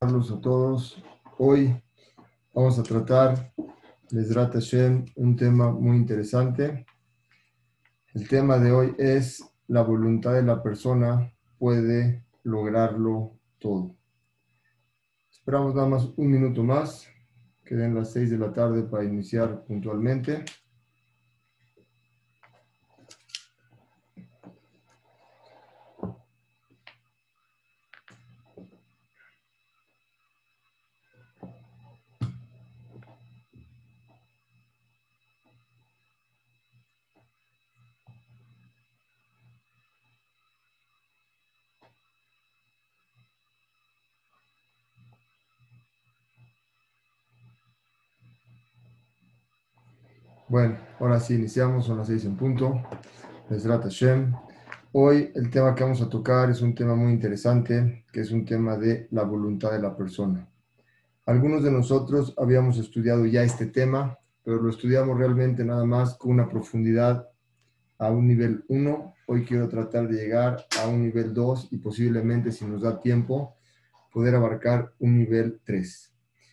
Saludos a todos. Hoy vamos a tratar, Bezrat Hashem, un tema muy interesante. El tema de hoy es: la voluntad de la persona puede lograrlo todo. Esperamos nada más un minuto más, que den las 6 de la tarde para iniciar puntualmente. Bueno, ahora sí iniciamos, son las 6 en punto. Bezrat Hashem. Hoy el tema que vamos a tocar es un tema muy interesante, que es un tema de la voluntad de la persona. Algunos de nosotros habíamos estudiado ya este tema, pero lo estudiamos realmente nada más con una profundidad a un nivel 1. Hoy quiero tratar de llegar a un nivel 2 y posiblemente, si nos da tiempo, poder abarcar un nivel 3.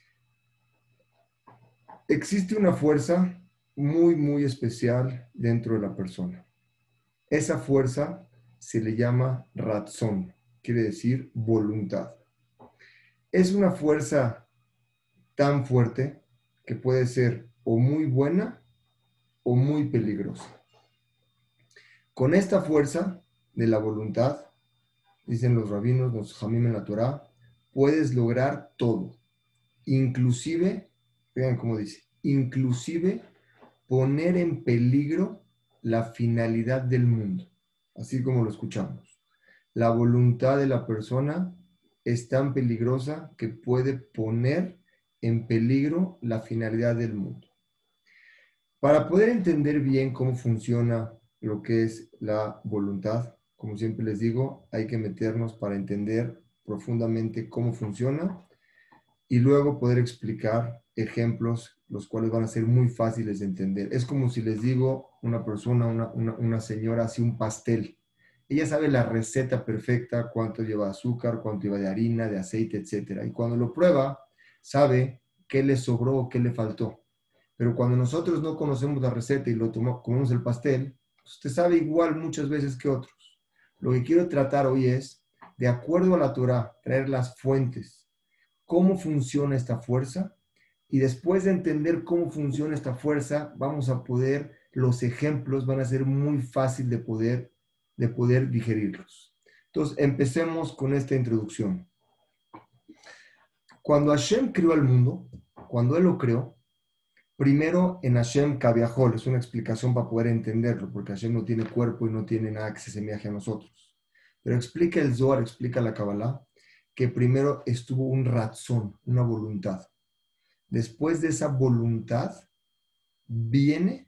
Existe una fuerza muy especial dentro de la persona. Esa fuerza se le llama Ratzón, quiere decir voluntad. Es una fuerza tan fuerte que puede ser o muy buena o muy peligrosa. Con esta fuerza de la voluntad, dicen los rabinos, los jamim en la Torah, puedes lograr todo. Inclusive, vean cómo dice, inclusive poner en peligro la finalidad del mundo, así como lo escuchamos. La voluntad de la persona es tan peligrosa que puede poner en peligro la finalidad del mundo. Para poder entender bien cómo funciona lo que es la voluntad, como siempre les digo, hay que meternos para entender profundamente cómo funciona y luego poder explicar ejemplos, los cuales van a ser muy fáciles de entender. Es como si les digo, una persona, una señora hace un pastel. Ella sabe la receta perfecta, cuánto lleva de azúcar, cuánto lleva de harina, de aceite, etc. Y cuando lo prueba, sabe qué le sobró o qué le faltó. Pero cuando nosotros no conocemos la receta y comemos el pastel, usted sabe igual muchas veces que otros. Lo que quiero tratar hoy es, de acuerdo a la Torah, traer las fuentes, cómo funciona esta fuerza, y después de entender cómo funciona esta fuerza, vamos a poder, los ejemplos van a ser muy fácil de poder digerirlos. Entonces, empecemos con esta introducción. Cuando Hashem creó el mundo, cuando Él lo creó, primero en Hashem Kaviahol, es una explicación para poder entenderlo, porque Hashem no tiene cuerpo y no tiene nada que se asemeje a nosotros. Pero explica el Zohar, explica la Kabbalah, que primero estuvo un ratzón, una voluntad. Después de esa voluntad viene,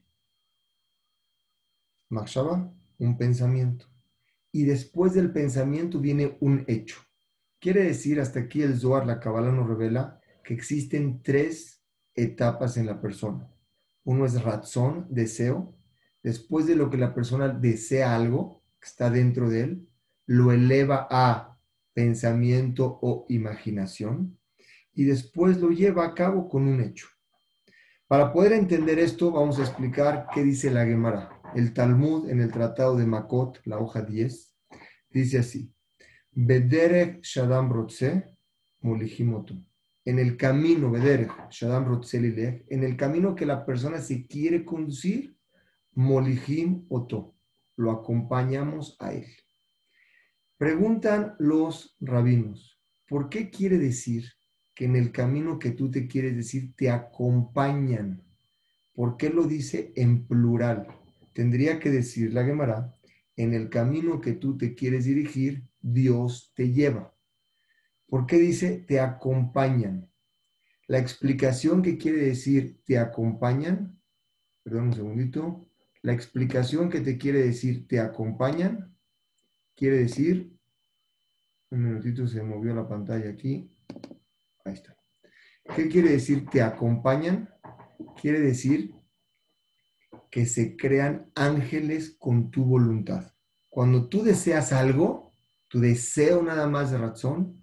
Machshava, un pensamiento. Y después del pensamiento viene un hecho. Quiere decir, hasta aquí el Zohar, la Kabbalah nos revela que existen 3 etapas en la persona. Uno es ratzón, deseo. Después de lo que la persona desea algo que está dentro de él, lo eleva a pensamiento o imaginación y después lo lleva a cabo con un hecho. Para poder entender esto, vamos a explicar qué dice la Gemara. El Talmud, en el Tratado de Makot, la hoja 10, dice así: Bederech Shadam Rotze Molihimotu. En el camino, Bederech Shadam Rotze Lilech, en el camino que la persona se quiere conducir, Molihim Oto, lo acompañamos a él. Preguntan los rabinos, ¿por qué quiere decir que en el camino que tú te quieres decir te acompañan? ¿Por qué lo dice en plural? Tendría que decir la Gemara, en el camino que tú te quieres dirigir, Dios te lleva. ¿Por qué dice te acompañan? La explicación que quiere decir te acompañan, perdón un segundito, la explicación que te quiere decir te acompañan, quiere decir, un minutito, se movió la pantalla aquí, ahí está. ¿Qué quiere decir te acompañan? Quiere decir que se crean ángeles con tu voluntad. Cuando tú deseas algo, tu deseo nada más de razón,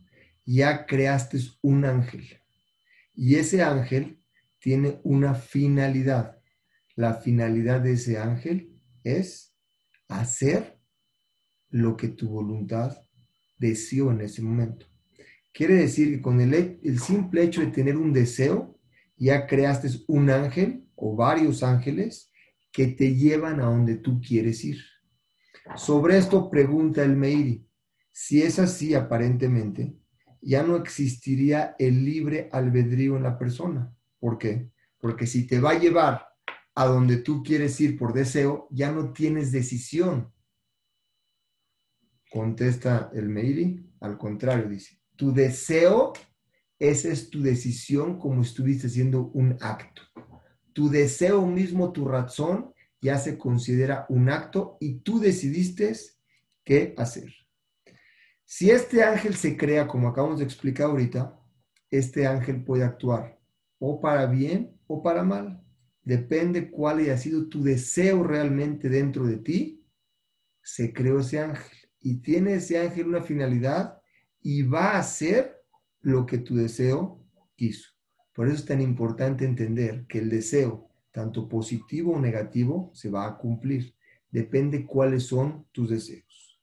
ya creaste un ángel. Y ese ángel tiene una finalidad. La finalidad de ese ángel es hacer lo que tu voluntad deseó en ese momento. Quiere decir que con el simple hecho de tener un deseo, ya creaste un ángel o varios ángeles que te llevan a donde tú quieres ir. Sobre esto pregunta el Meiri, si es así aparentemente, ya no existiría el libre albedrío en la persona. ¿Por qué? Porque si te va a llevar a donde tú quieres ir por deseo, ya no tienes decisión. Contesta el Meiri, al contrario, dice, tu deseo, esa es tu decisión como estuviste haciendo un acto. Tu deseo mismo, tu razón, ya se considera un acto y tú decidiste qué hacer. Si este ángel se crea, como acabamos de explicar ahorita, este ángel puede actuar o para bien o para mal. Depende cuál haya sido tu deseo realmente dentro de ti, se creó ese ángel. Y tiene ese ángel una finalidad y va a hacer lo que tu deseo quiso. Por eso es tan importante entender que el deseo, tanto positivo o negativo, se va a cumplir. Depende cuáles son tus deseos.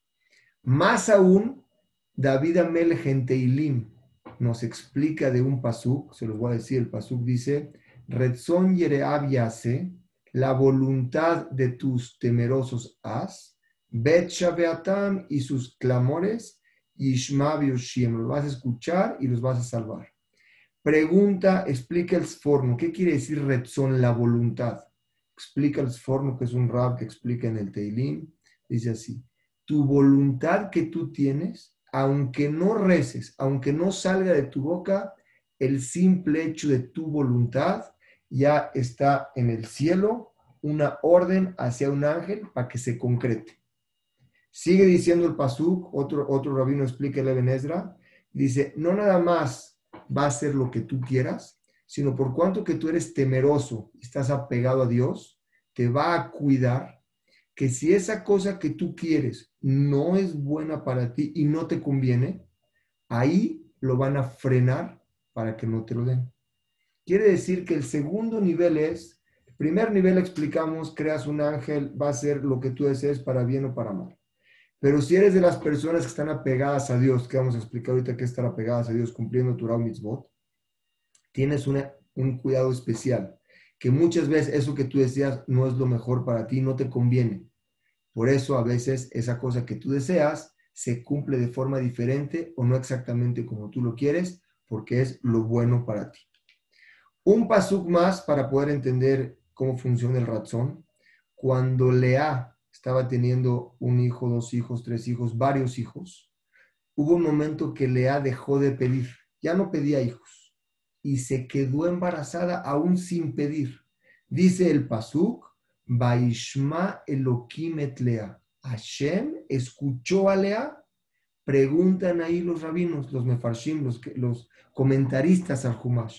Más aún, David Amelech en Teilim nos explica de un pasuk, se los voy a decir, el pasuk dice, Retzon Yereab Yase, la voluntad de tus temerosos haz, Bet Shabeatam y sus clamores, Yishma Bioshim, los vas a escuchar y los vas a salvar. Pregunta, explica el Sforno, ¿qué quiere decir Retzon, la voluntad? Explica el Sforno, que es un rab que explica en el Teilim, dice así, tu voluntad que tú tienes, aunque no reces, aunque no salga de tu boca, el simple hecho de tu voluntad ya está en el cielo, una orden hacia un ángel para que se concrete. Sigue diciendo el pasuk, otro rabino explica el Eben Ezra, dice, no nada más va a ser lo que tú quieras, sino por cuanto que tú eres temeroso, estás apegado a Dios, te va a cuidar que si esa cosa que tú quieres no es buena para ti y no te conviene, ahí lo van a frenar para que no te lo den. Quiere decir que el segundo nivel es, el primer nivel explicamos, creas un ángel, va a ser lo que tú desees para bien o para mal. Pero si eres de las personas que están apegadas a Dios, que vamos a explicar ahorita que es estar apegadas a Dios cumpliendo Torah Mitzvot, tienes un cuidado especial, que muchas veces eso que tú deseas no es lo mejor para ti, no te conviene. Por eso a veces esa cosa que tú deseas se cumple de forma diferente o no exactamente como tú lo quieres, porque es lo bueno para ti. Un pasuk más para poder entender cómo funciona el razón. Cuando Lea estaba teniendo un hijo, dos hijos, tres hijos, varios hijos, hubo un momento que Lea dejó de pedir, ya no pedía hijos y se quedó embarazada aún sin pedir. Dice el pasuk, Vaishma Elohim et Lea. Hashem escuchó a Lea. Preguntan ahí los rabinos, los mefarshim, los comentaristas al Humash.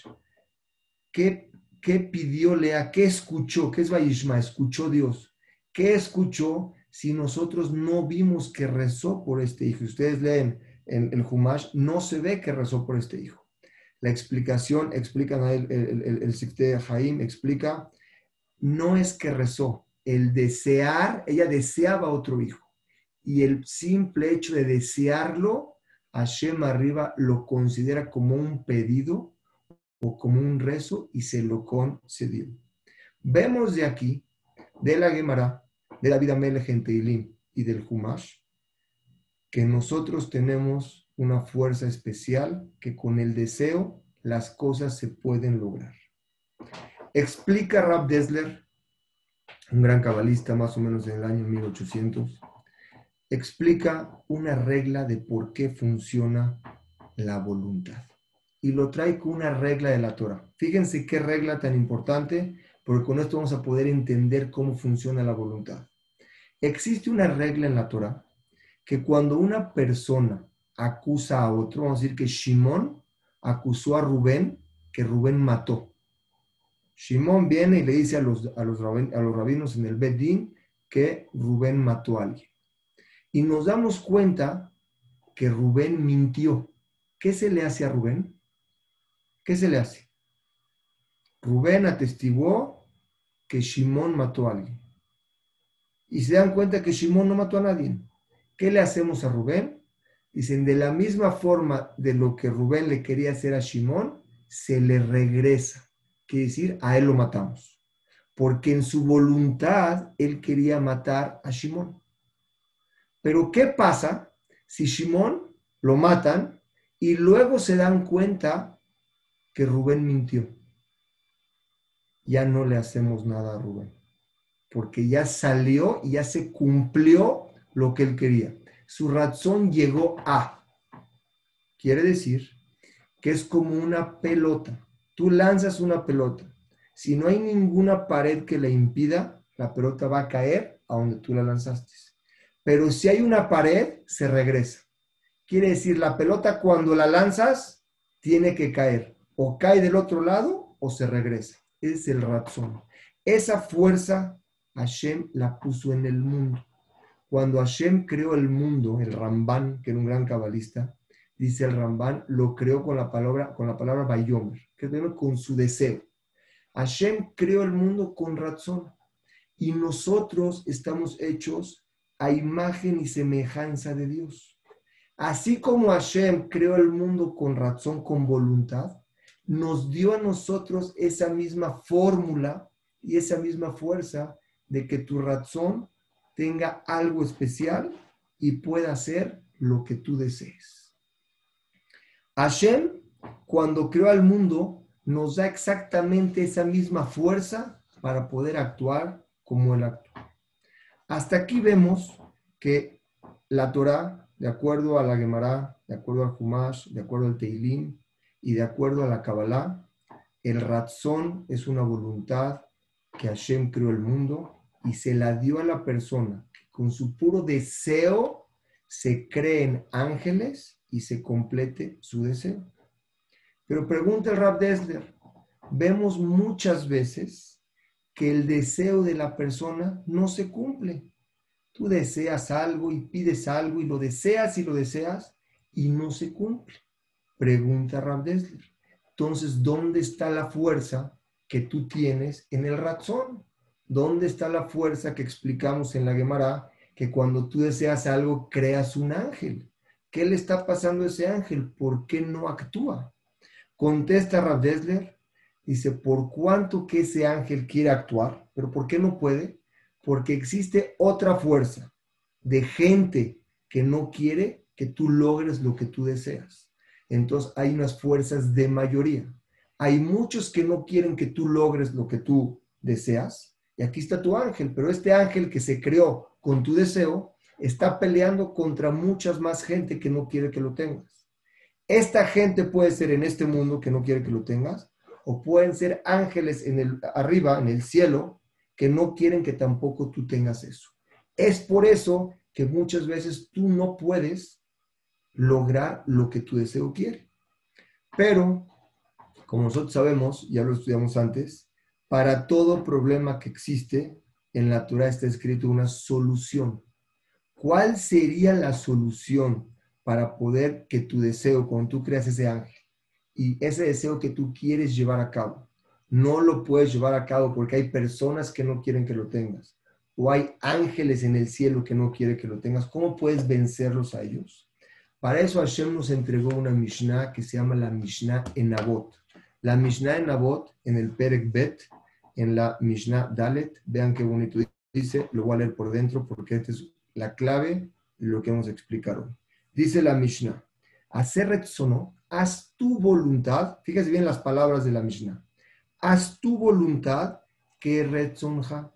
¿Qué pidió Lea? ¿Qué escuchó? ¿Qué es Vaishma? Escuchó Dios. ¿Qué escuchó si nosotros no vimos que rezó por este hijo? Si ustedes leen en el Humash, no se ve que rezó por este hijo. La explicación, explican ahí el Siktei Haim, explica, no es que rezó, el desear, ella deseaba otro hijo. Y el simple hecho de desearlo, Hashem arriba lo considera como un pedido o como un rezo y se lo concedió. Vemos de aquí, de la Gemara, de la vida Amelech en Teilim y del Humash, que nosotros tenemos una fuerza especial que con el deseo las cosas se pueden lograr. Explica Rab Dessler, un gran cabalista más o menos en el año 1800, explica una regla de por qué funciona la voluntad. Y lo trae con una regla de la Torah. Fíjense qué regla tan importante, porque con esto vamos a poder entender cómo funciona la voluntad. Existe una regla en la Torah que cuando una persona acusa a otro, vamos a decir que Shimón acusó a Rubén que Rubén mató. Shimón viene y le dice a los rabinos en el Bet Din que Rubén mató a alguien. Y nos damos cuenta que Rubén mintió. ¿qué se le hace a Rubén? ¿Qué se le hace? Rubén atestiguó que Shimón mató a alguien. Y se dan cuenta que Shimón no mató a nadie. ¿Qué le hacemos a Rubén? Dicen, de la misma forma de lo que Rubén le quería hacer a Shimón, se le regresa. Quiere decir, a él lo matamos. Porque en su voluntad él quería matar a Shimón. Pero ¿qué pasa si Shimón lo matan y luego se dan cuenta que Rubén mintió? Ya no le hacemos nada a Rubén, porque ya salió y ya se cumplió lo que él quería. Su razón llegó a. Quiere decir que es como una pelota. Tú lanzas una pelota. Si no hay ninguna pared que la impida, la pelota va a caer a donde tú la lanzaste. Pero si hay una pared, se regresa. Quiere decir, la pelota cuando la lanzas, tiene que caer. O cae del otro lado o se regresa. Ese es el razón. Esa fuerza Hashem la puso en el mundo. Cuando Hashem creó el mundo, el Rambán, que era un gran cabalista, dice el Rambán, lo creó con la palabra Bayomer, que es con su deseo. Hashem creó el mundo con razón y nosotros estamos hechos a imagen y semejanza de Dios. Así como Hashem creó el mundo con razón, con voluntad, nos dio a nosotros esa misma fórmula y esa misma fuerza de que tu razón tenga algo especial y pueda hacer lo que tú desees. Hashem, cuando creó al mundo, nos da exactamente esa misma fuerza para poder actuar como Él actúa. Hasta aquí vemos que la Torah, de acuerdo a la Gemara, de acuerdo al Humash, de acuerdo al Teilim y de acuerdo a la Kabbalah, el Ratzón es una voluntad que Hashem creó el mundo y se la dio a la persona que con su puro deseo se creen ángeles y se complete su deseo. Pero pregunta el Rav Dessler, vemos muchas veces que el deseo de la persona no se cumple. Tú deseas algo y pides algo y lo deseas y no se cumple. Pregunta Rav Dessler. Entonces, ¿dónde está la fuerza que tú tienes en el razón? ¿Dónde está la fuerza que explicamos en la Gemara que cuando tú deseas algo creas un ángel? ¿Qué le está pasando a ese ángel? ¿Por qué no actúa? Contesta Rav Dessler, dice, por cuanto que ese ángel quiere actuar, pero ¿por qué no puede? Porque existe otra fuerza de gente que no quiere que tú logres lo que tú deseas. Entonces hay unas fuerzas de mayoría. Hay muchos que no quieren que tú logres lo que tú deseas. Y aquí está tu ángel, pero este ángel que se creó con tu deseo está peleando contra muchas más gente que no quiere que lo tengas. Esta gente puede ser en este mundo que no quiere que lo tengas, o pueden ser ángeles arriba, en el cielo, que no quieren que tampoco tú tengas eso. Es por eso que muchas veces tú no puedes lograr lo que tu deseo quiere. Pero, como nosotros sabemos, ya lo estudiamos antes, para todo problema que existe, en la Torah está escrito una solución. ¿Cuál sería la solución para poder que tu deseo, cuando tú creas ese ángel, y ese deseo que tú quieres llevar a cabo, no lo puedes llevar a cabo porque hay personas que no quieren que lo tengas, o hay ángeles en el cielo que no quieren que lo tengas? ¿Cómo puedes vencerlos a ellos? Para eso Hashem nos entregó una Mishnah que se llama la Mishnah en Avot. La Mishnah en Avot, en el Perek Bet, en la Mishnah Dalet, vean qué bonito dice, lo voy a leer por dentro porque esta es la clave de lo que vamos a explicar hoy. Dice la Mishnah, hacer retzono, haz tu voluntad, fíjese bien las palabras de la Mishnah, haz tu voluntad que retzonja,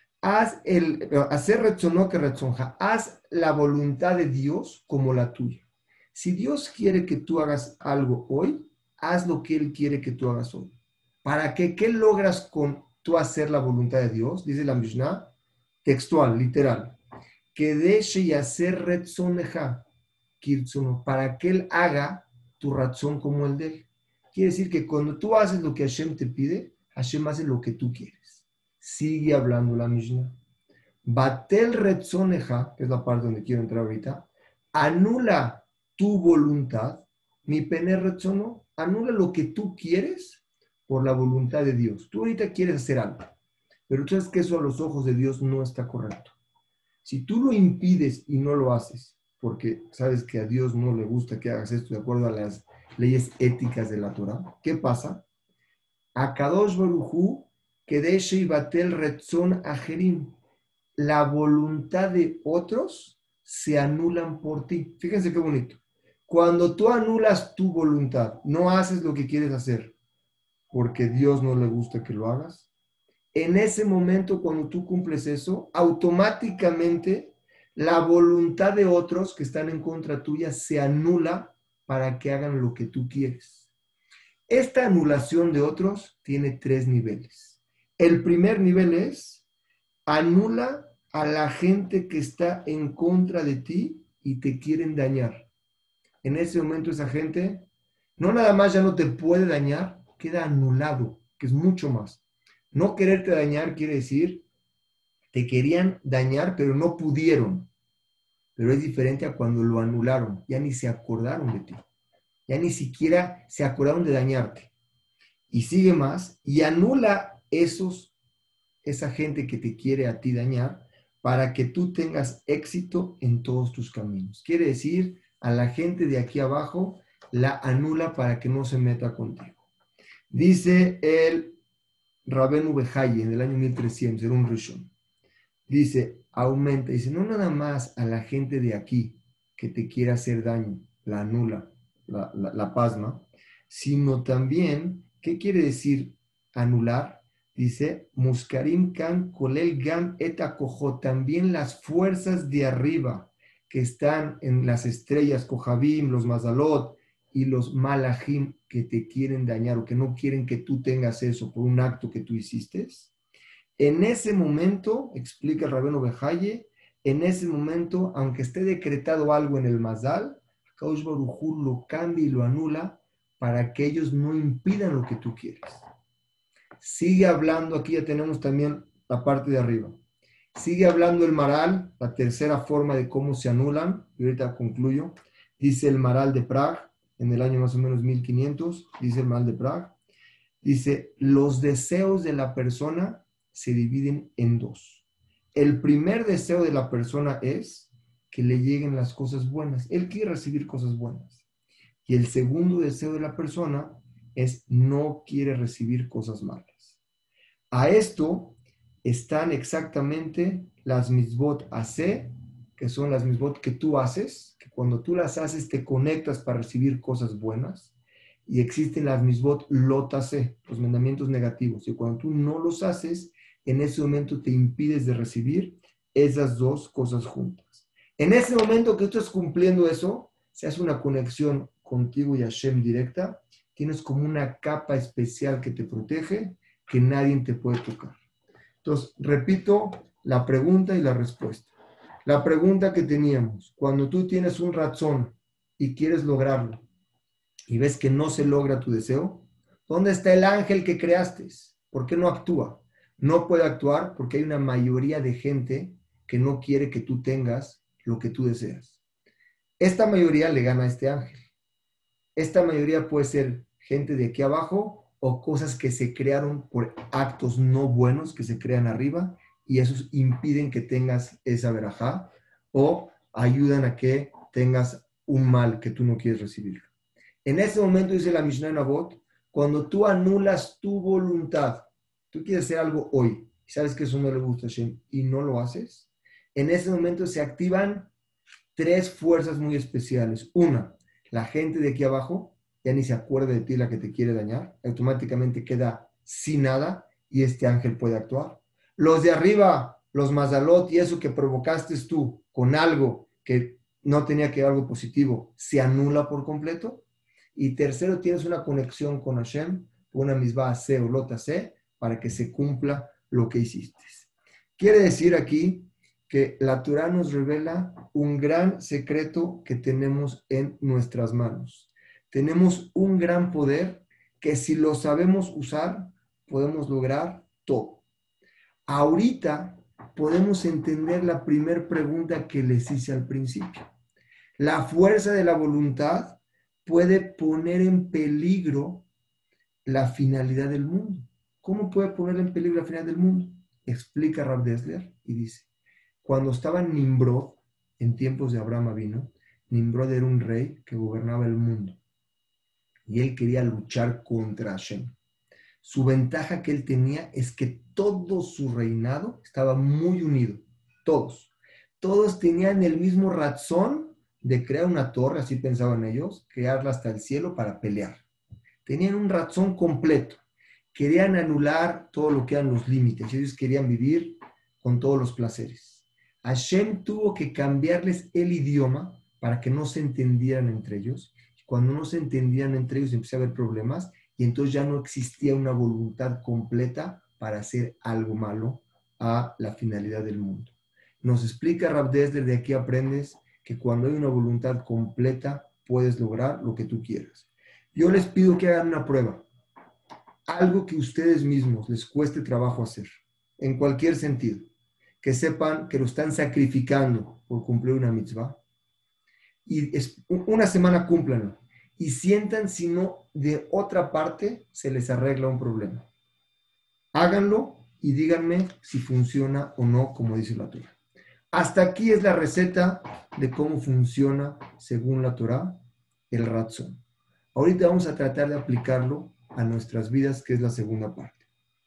hacer retzono que retzonja, haz la voluntad de Dios como la tuya. Si Dios quiere que tú hagas algo hoy, haz lo que Él quiere que tú hagas hoy. ¿Para qué? ¿Qué logras con tú hacer la voluntad de Dios? Dice la Mishnah, textual, literal. Que deje y hacer retzoneja, kirtzono, para que Él haga tu razón como el de Él. Quiere decir que cuando tú haces lo que Hashem te pide, Hashem hace lo que tú quieres. Sigue hablando la Mishnah. Batel retzoneja, que es la parte donde quiero entrar ahorita, anula tu voluntad Mi pene retzono, anula lo que tú quieres por la voluntad de Dios. Tú ahorita quieres hacer algo, pero tú sabes que eso a los ojos de Dios no está correcto. Si tú lo impides y no lo haces, porque sabes que a Dios no le gusta que hagas esto de acuerdo a las leyes éticas de la Torah, ¿qué pasa? A Kadosh Baruj Kedesh y Batel Retzon Ajerim. La voluntad de otros se anulan por ti. Fíjense qué bonito. Cuando tú anulas tu voluntad, no haces lo que quieres hacer, porque Dios no le gusta que lo hagas. En ese momento, cuando tú cumples eso, automáticamente la voluntad de otros que están en contra tuya se anula para que hagan lo que tú quieres. Esta anulación de otros tiene 3 niveles. El primer nivel es anula a la gente que está en contra de ti y te quieren dañar. En ese momento esa gente no nada más ya no te puede dañar, queda anulado, que es mucho más. No quererte dañar quiere decir, te querían dañar, pero no pudieron. Pero es diferente a cuando lo anularon, ya ni se acordaron de ti, ya ni siquiera se acordaron de dañarte. Y sigue más, y anula esa gente que te quiere a ti dañar para que tú tengas éxito en todos tus caminos. Quiere decir, a la gente de aquí abajo la anula para que no se meta contigo. Dice el Rabenu Behaye en el año 1300, era un Rishon. Dice, aumenta, dice, no nada más a la gente de aquí que te quiere hacer daño, la anula, la pasma, sino también, ¿qué quiere decir anular? Dice, Muskarim kan kolel gam et akojo, también las fuerzas de arriba que están en las estrellas, Kohabim, los Mazalot y los Malachim que te quieren dañar o que no quieren que tú tengas eso por un acto que tú hiciste. En ese momento, explica el Rabeno Behaye, en ese momento, aunque esté decretado algo en el Mazal, Kaush Baruj Hu lo cambia y lo anula para que ellos no impidan lo que tú quieres. Sigue hablando, aquí ya tenemos también la parte de arriba. Sigue hablando el Maral, la tercera forma de cómo se anulan, y ahorita concluyo. Dice el Maral de Praga, en el año más o menos 1500, dice el Maral de Praga, dice, los deseos de la persona se dividen en 2. El primer deseo de la persona es que le lleguen las cosas buenas. Él quiere recibir cosas buenas. Y el segundo deseo de la persona es no quiere recibir cosas malas. A esto están exactamente las mitzvot aseh, que son las mitzvot que tú haces, que cuando tú las haces te conectas para recibir cosas buenas. Y existen las mitzvot lot aseh, los mandamientos negativos. Y cuando tú no los haces, en ese momento te impides de recibir esas dos cosas juntas. En ese momento que tú estás cumpliendo eso, se hace una conexión contigo y Hashem directa, tienes como una capa especial que te protege, que nadie te puede tocar. Entonces, repito la pregunta y la respuesta. La pregunta que teníamos, cuando tú tienes un razón y quieres lograrlo y ves que no se logra tu deseo, ¿dónde está el ángel que creaste? ¿Por qué no actúa? No puede actuar porque hay una mayoría de gente que no quiere que tú tengas lo que tú deseas. Esta mayoría le gana a este ángel. Esta mayoría puede ser gente de aquí abajo o cosas que se crearon por actos no buenos que se crean arriba y esos impiden que tengas esa verajá o ayudan a que tengas un mal que tú no quieres recibir. En ese momento, dice la Mishnah en Avot, cuando tú anulas tu voluntad, tú quieres hacer algo hoy y sabes que eso no le gusta a Hashem y no lo haces, en ese momento se activan 3 fuerzas muy especiales. Una, la gente de aquí abajo ya ni se acuerda de ti la que te quiere dañar, automáticamente queda sin nada y este ángel puede actuar. Los de arriba, los mazalot y eso que provocaste tú con algo que no tenía que ver algo positivo, se anula por completo. Y tercero, tienes una conexión con Hashem, una misma se o lota se, para que se cumpla lo que hiciste. Quiere decir aquí que la Torah nos revela un gran secreto que tenemos en nuestras manos. Tenemos un gran poder que si lo sabemos usar, podemos lograr todo. Ahorita podemos entender la primera pregunta que les hice al principio. La fuerza de la voluntad puede poner en peligro la finalidad del mundo. ¿Cómo puede poner en peligro la finalidad del mundo? Explica Rav Dessler y dice, cuando estaba Nimrod, en tiempos de Abraham Avinu, Nimrod era un rey que gobernaba el mundo y él quería luchar contra Hashem. Su ventaja que él tenía es que todo su reinado estaba muy unido, todos. Todos tenían el mismo razón de crear una torre, así pensaban ellos, crearla hasta el cielo para pelear. Tenían un razón completo. Querían anular todo lo que eran los límites. Ellos querían vivir con todos los placeres. Hashem tuvo que cambiarles el idioma para que no se entendieran entre ellos. Cuando no se entendían entre ellos empezó a haber problemas y entonces ya no existía una voluntad completa para hacer algo malo a la finalidad del mundo. Nos explica Rav Dessler, de aquí aprendes que cuando hay una voluntad completa puedes lograr lo que tú quieras. Yo les pido que hagan una prueba. Algo que ustedes mismos les cueste trabajo hacer, en cualquier sentido. Que sepan que lo están sacrificando por cumplir una mitzvah. Y una semana cúmplanlo. Y sientan si no de otra parte se les arregla un problema. Háganlo y díganme si funciona o no, como dice la Torah. Hasta aquí es la receta de cómo funciona, según la Torah, el Ratzon. Ahorita vamos a tratar de aplicarlo a nuestras vidas, que es la segunda parte.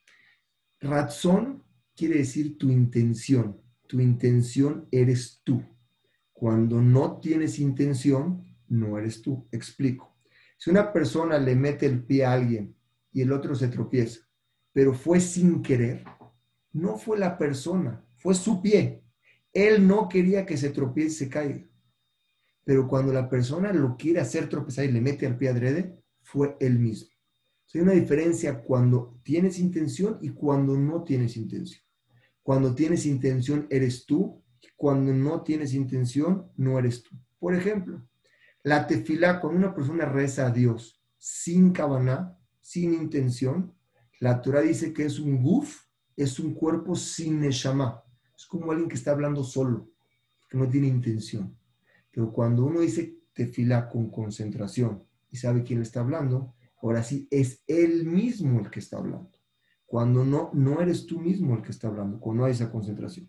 Ratzon quiere decir tu intención. Tu intención eres tú. Cuando no tienes intención, no eres tú. Explico. Si una persona le mete el pie a alguien y el otro se tropieza, pero fue sin querer, no fue la persona, fue su pie. Él no quería que se tropiece y se caiga. Pero cuando la persona lo quiere hacer tropezar y le mete al pie adrede, fue él mismo. Hay una diferencia cuando tienes intención y cuando no tienes intención. Cuando tienes intención eres tú, y cuando no tienes intención no eres tú. Por ejemplo, la tefilá, cuando una persona reza a Dios sin kavaná, sin intención, la Torah dice que es un guf, es un cuerpo sin neshama. Es como alguien que está hablando solo, que no tiene intención. Pero cuando uno dice tefilá con concentración y sabe quién le está hablando, ahora sí es él mismo el que está hablando. Cuando no, no eres tú mismo el que está hablando, cuando no hay esa concentración.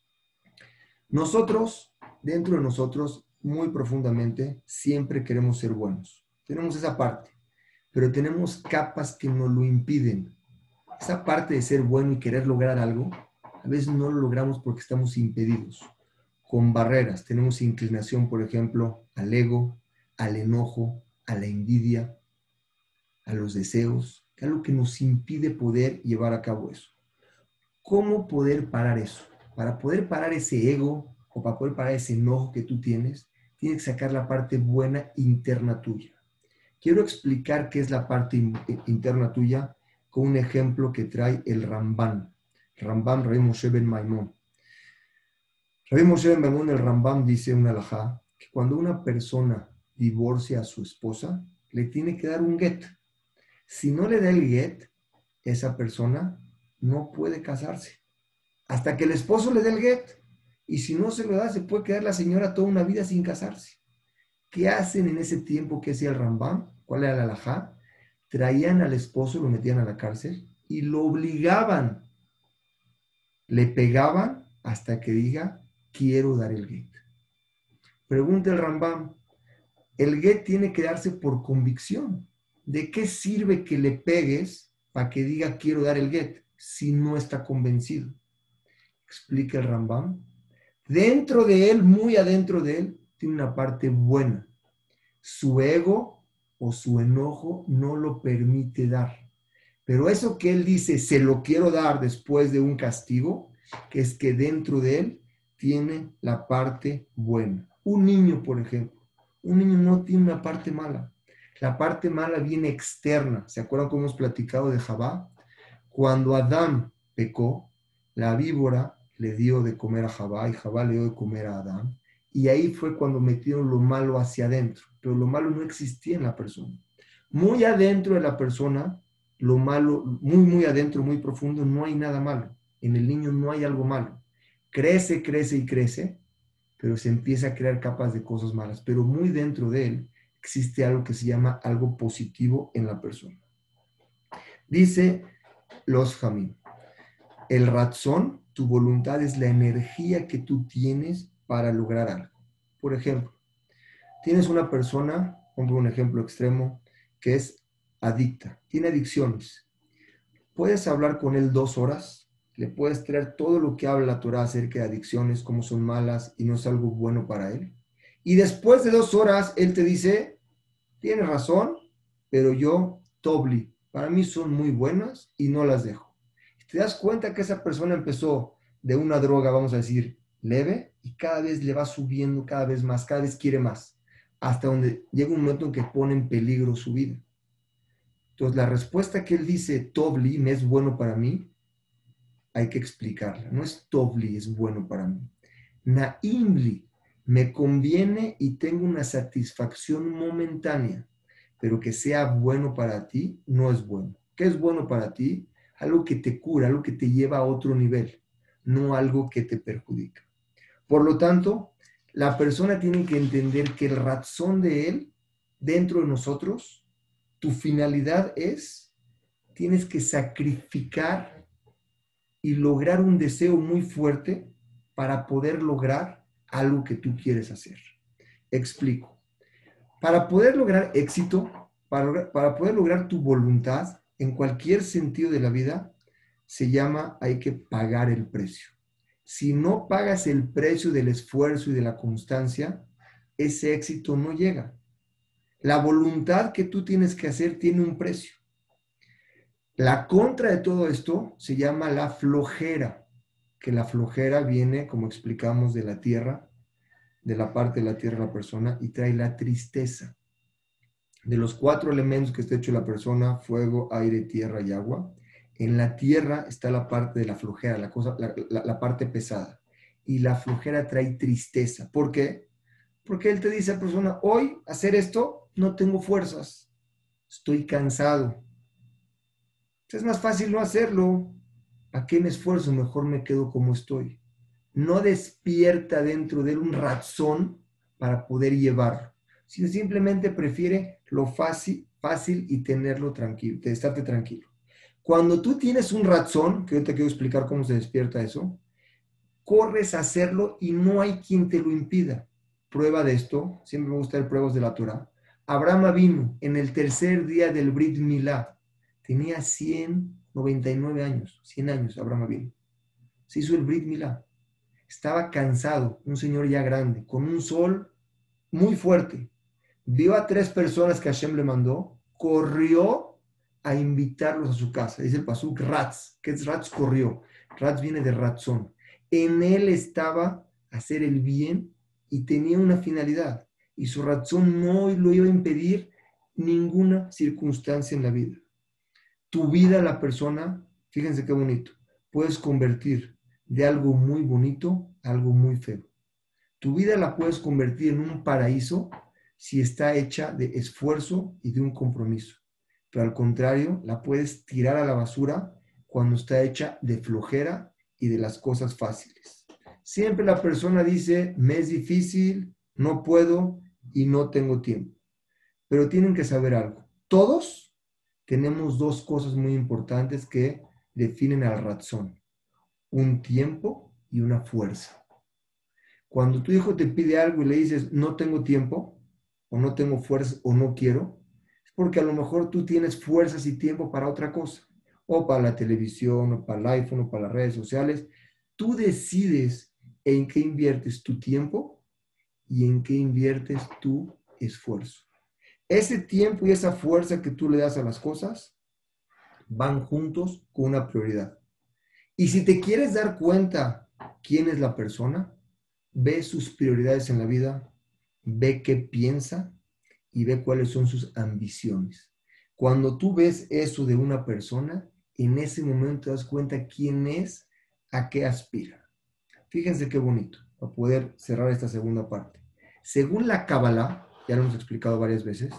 Nosotros, dentro de nosotros, muy profundamente, siempre queremos ser buenos. Tenemos esa parte, pero tenemos capas que nos lo impiden. Esa parte de ser bueno y querer lograr algo, a veces no lo logramos porque estamos impedidos, con barreras. Tenemos inclinación, por ejemplo, al ego, al enojo, a la envidia, a los deseos, que es algo que nos impide poder llevar a cabo eso. ¿Cómo poder parar eso? Para poder parar ese ego o para poder parar ese enojo que tú tienes, tienes que sacar la parte buena interna tuya. Quiero explicar qué es la parte interna tuya con un ejemplo que trae el Rambam. Rabbi Moshe ben Maimón. Rabbi Moshe ben Maimón, el Rambam, dice una halajá que cuando una persona divorcia a su esposa, le tiene que dar un get. Si no le da el get, esa persona no puede casarse. Hasta que el esposo le dé el get. Y si no se lo da, se puede quedar la señora toda una vida sin casarse. ¿Qué hacen en ese tiempo que hacía el Rambam? ¿Cuál era la halajá? Traían al esposo, lo metían a la cárcel y lo obligaban. Le pegaban hasta que diga, quiero dar el get. Pregunta el Rambam, el get tiene que darse por convicción. ¿De qué sirve que le pegues para que diga, quiero dar el get, si no está convencido? Explica el Rambam. Dentro de él, muy adentro de él, tiene una parte buena. Su ego o su enojo no lo permite dar. Pero eso que él dice, se lo quiero dar después de un castigo, que es que dentro de él tiene la parte buena. Un niño, por ejemplo, un niño no tiene una parte mala. La parte mala viene externa. ¿Se acuerdan cómo hemos platicado de Javá? Cuando Adán pecó, la víbora le dio de comer a Javá y Javá le dio de comer a Adán. Y ahí fue cuando metieron lo malo hacia adentro. Pero lo malo no existía en la persona. Muy adentro de la persona, lo malo, muy adentro, muy profundo, no hay nada malo. En el niño no hay algo malo. Crece, crece y crece, pero se empieza a crear capas de cosas malas. Pero muy dentro de él existe algo que se llama algo positivo en la persona. Dice los Jamín, el razón, tu voluntad es la energía que tú tienes para lograr algo. Por ejemplo, tienes una persona, pongo un ejemplo extremo, que es adicta, tiene adicciones. Puedes hablar con él 2 horas, le puedes traer todo lo que habla la Torah acerca de adicciones, cómo son malas y no es algo bueno para él. Y después de 2 horas, él te dice, tienes razón, pero yo, Tobli, para mí son muy buenas y no las dejo. Te das cuenta que esa persona empezó de una droga, vamos a decir, leve, y cada vez le va subiendo cada vez más, cada vez quiere más, hasta donde llega un momento en que pone en peligro su vida. Entonces, la respuesta que él dice, Tobli, me es bueno para mí, hay que explicarla. No es Tobli, es bueno para mí. Naimli, me conviene y tengo una satisfacción momentánea, pero que sea bueno para ti, no es bueno. ¿Qué es bueno para ti? Algo que te cura, algo que te lleva a otro nivel, no algo que te perjudica. Por lo tanto, la persona tiene que entender que el razón de él, dentro de nosotros, tu finalidad es, tienes que sacrificar y lograr un deseo muy fuerte para poder lograr algo que tú quieres hacer. Explico. Para poder lograr éxito, para poder lograr tu voluntad en cualquier sentido de la vida, se llama hay que pagar el precio. Si no pagas el precio del esfuerzo y de la constancia, ese éxito no llega. La voluntad que tú tienes que hacer tiene un precio. La contra de todo esto se llama la flojera, que la flojera viene, como explicamos, de la tierra, de la parte de la tierra de la persona, y trae la tristeza. De los 4 elementos que está hecho la persona, fuego, aire, tierra y agua, en la tierra está la parte de la flojera, la parte pesada. Y la flojera trae tristeza. ¿Por qué? Porque él te dice a la persona, hoy hacer esto, no tengo fuerzas, estoy cansado. Es más fácil no hacerlo. ¿A qué me esfuerzo? Mejor me quedo como estoy. No despierta dentro de él un razón para poder llevarlo, sino simplemente prefiere lo fácil, fácil y tenerlo tranquilo, de estarte tranquilo. Cuando tú tienes un razón, que yo te quiero explicar cómo se despierta eso, corres a hacerlo y no hay quien te lo impida. Prueba de esto, siempre me gusta ver pruebas de la Torah. Abraham vino en el tercer día del Brit Milá, tenía 199 años, 100 años Abraham vino. Se hizo el Brit Milá. Estaba cansado, un señor ya grande, con un sol muy fuerte. Vio a 3 personas que Hashem le mandó, corrió a invitarlos a su casa. Dice el pasuk Ratz. ¿Qué es Ratz? Corrió. Ratz viene de Ratzón. En él estaba hacer el bien y tenía una finalidad. Y su Ratzón no lo iba a impedir ninguna circunstancia en la vida. Tu vida, la persona, fíjense qué bonito, puedes convertir de algo muy bonito a algo muy feo. Tu vida la puedes convertir en un paraíso si está hecha de esfuerzo y de un compromiso. Pero al contrario, la puedes tirar a la basura cuando está hecha de flojera y de las cosas fáciles. Siempre la persona dice, me es difícil, no puedo y no tengo tiempo. Pero tienen que saber algo. Todos tenemos 2 cosas muy importantes que definen al razón. Un tiempo y una fuerza. Cuando tu hijo te pide algo y le dices, no tengo tiempo, o no tengo fuerza, o no quiero, es porque a lo mejor tú tienes fuerzas y tiempo para otra cosa, o para la televisión, o para el iPhone, o para las redes sociales. Tú decides en qué inviertes tu tiempo y en qué inviertes tu esfuerzo. Ese tiempo y esa fuerza que tú le das a las cosas van juntos con una prioridad. Y si te quieres dar cuenta quién es la persona, ve sus prioridades en la vida, ve qué piensa y ve cuáles son sus ambiciones. Cuando tú ves eso de una persona, en ese momento te das cuenta quién es, a qué aspira. Fíjense qué bonito, para poder cerrar esta segunda parte. Según la Kabbalah, ya lo hemos explicado varias veces,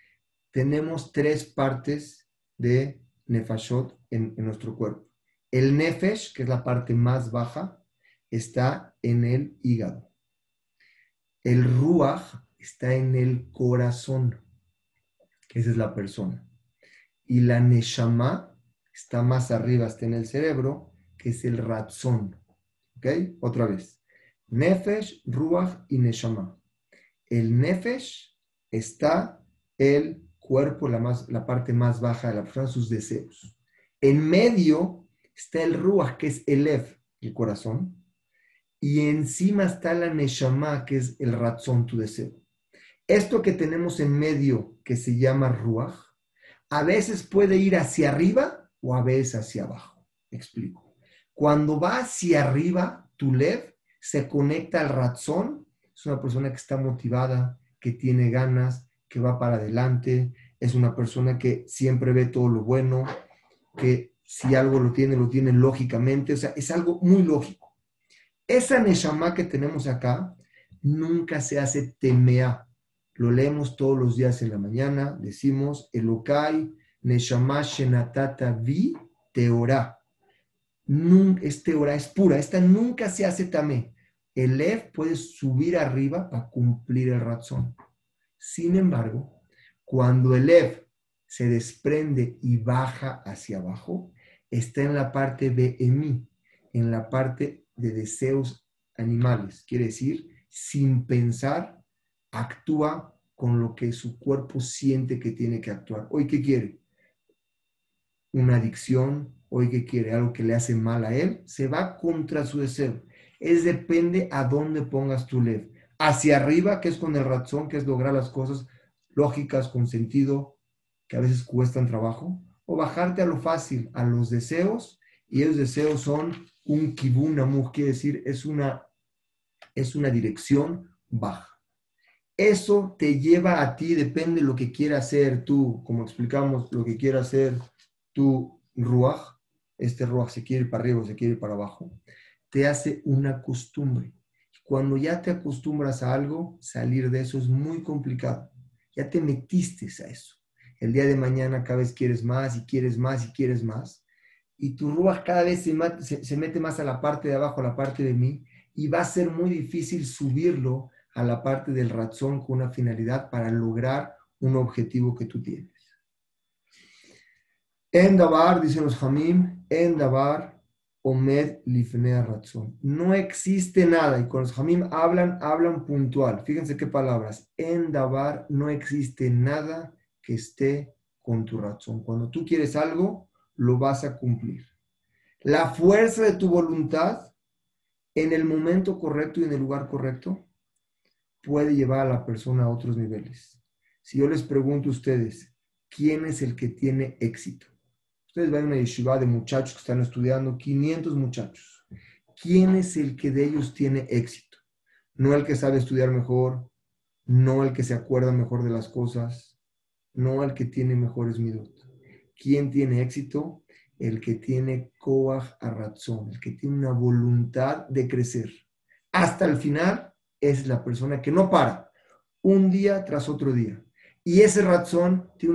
tenemos 3 partes de Nefashot en nuestro cuerpo. El Nefesh, que es la parte más baja, está en el hígado. El Ruach está en el corazón, esa es la persona. Y la neshama está más arriba, está en el cerebro, que es el ratzón. ¿Ok? Otra vez. Nefesh, ruach y neshama. El nefesh está el cuerpo, la parte más baja de la persona, sus deseos. En medio está el ruach, que es el lev, el corazón. Y encima está la neshama, que es el ratzón, tu deseo. Esto que tenemos en medio, que se llama ruach, a veces puede ir hacia arriba o a veces hacia abajo. Me explico. Cuando va hacia arriba, tu lev se conecta al ratzón. Es una persona que está motivada, que tiene ganas, que va para adelante. Es una persona que siempre ve todo lo bueno, que si algo lo tiene lógicamente. O sea, es algo muy lógico. Esa neshama que tenemos acá nunca se hace temea. Lo leemos todos los días en la mañana. Decimos, Elokai, neshama shenatata vi teorá. Este teorá es pura. Esta nunca se hace tamé. El lev puede subir arriba para cumplir el razón. Sin embargo, cuando el lev se desprende y baja hacia abajo, está en la parte de emi, en la parte de deseos animales. Quiere decir, sin pensar, actúa con lo que su cuerpo siente que tiene que actuar. ¿Hoy qué quiere? Una adicción. ¿Hoy qué quiere? Algo que le hace mal a él. Se va contra su deseo. Es depende a dónde pongas tu lev. Hacia arriba, que es con el razón, que es lograr las cosas lógicas, con sentido, que a veces cuestan trabajo. O bajarte a lo fácil, a los deseos. Y esos deseos son un kibun amuj, quiere decir, es una dirección baja. Eso te lleva a ti, depende de lo que quieras hacer tú, como explicamos, lo que quieras hacer tu ruaj, este ruaj se quiere ir para arriba o se quiere ir para abajo, te hace una costumbre. Cuando ya te acostumbras a algo, salir de eso es muy complicado. Ya te metiste a eso. El día de mañana cada vez quieres más y quieres más y quieres más. Y tu ruaj cada vez se mete más a la parte de abajo, a la parte de mí, y va a ser muy difícil subirlo a la parte del razón con una finalidad para lograr un objetivo que tú tienes. En Dabar, dicen los Hamim, en Dabar, Omed Lifnea Razón. No existe nada, y con los Hamim hablan puntual. Fíjense qué palabras. En Dabar no existe nada que esté con tu razón. Cuando tú quieres algo, lo vas a cumplir. La fuerza de tu voluntad en el momento correcto y en el lugar correcto puede llevar a la persona a otros niveles. Si yo les pregunto a ustedes, ¿quién es el que tiene éxito? Ustedes van a una yeshiva de muchachos que están estudiando, 500 muchachos. ¿Quién es el que de ellos tiene éxito? No el que sabe estudiar mejor, no el que se acuerda mejor de las cosas, no el que tiene mejores midot. ¿Quién tiene éxito? El que tiene koach aratzón, el que tiene una voluntad de crecer. Hasta el final es la persona que no para, un día tras otro día. Y ese razón tiene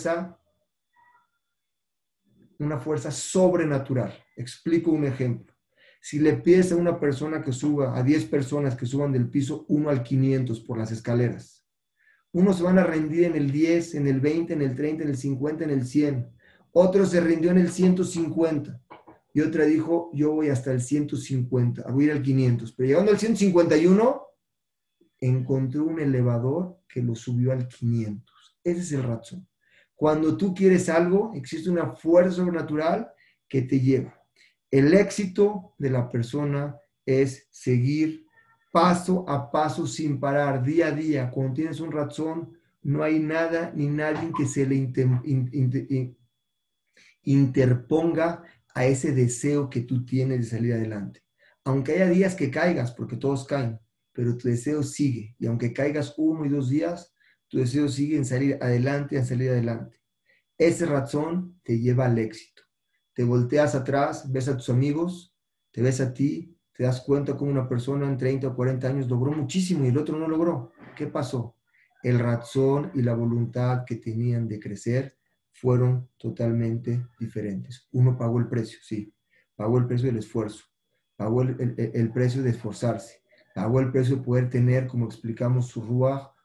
una fuerza sobrenatural. Explico un ejemplo. Si le pides a una persona que suba, a 10 personas que suban del piso 1 al 500 por las escaleras, unos se van a rendir en el 10, en el 20, en el 30, en el 50, en el 100. Otro se rindió en el 150. Y otra dijo, yo voy hasta el 150, voy a ir al 500. Pero llegando al 151, encontró un elevador que lo subió al 500. Ese es el razón. Cuando tú quieres algo, existe una fuerza sobrenatural que te lleva. El éxito de la persona es seguir paso a paso sin parar, día a día. Cuando tienes un razón, no hay nada ni nadie que se le interponga a ese deseo que tú tienes de salir adelante. Aunque haya días que caigas, porque todos caen, pero tu deseo sigue. Y aunque caigas 1 y 2 días, tu deseo sigue en salir adelante, en salir adelante. Ese razón te lleva al éxito. Te volteas atrás, ves a tus amigos, te ves a ti, te das cuenta cómo una persona en 30 o 40 años logró muchísimo y el otro no logró. ¿Qué pasó? El razón y la voluntad que tenían de crecer fueron totalmente diferentes. Uno pagó el precio, sí, pagó el precio del esfuerzo, pagó el precio de esforzarse, pagó el precio de poder tener, como explicamos, su ruaj,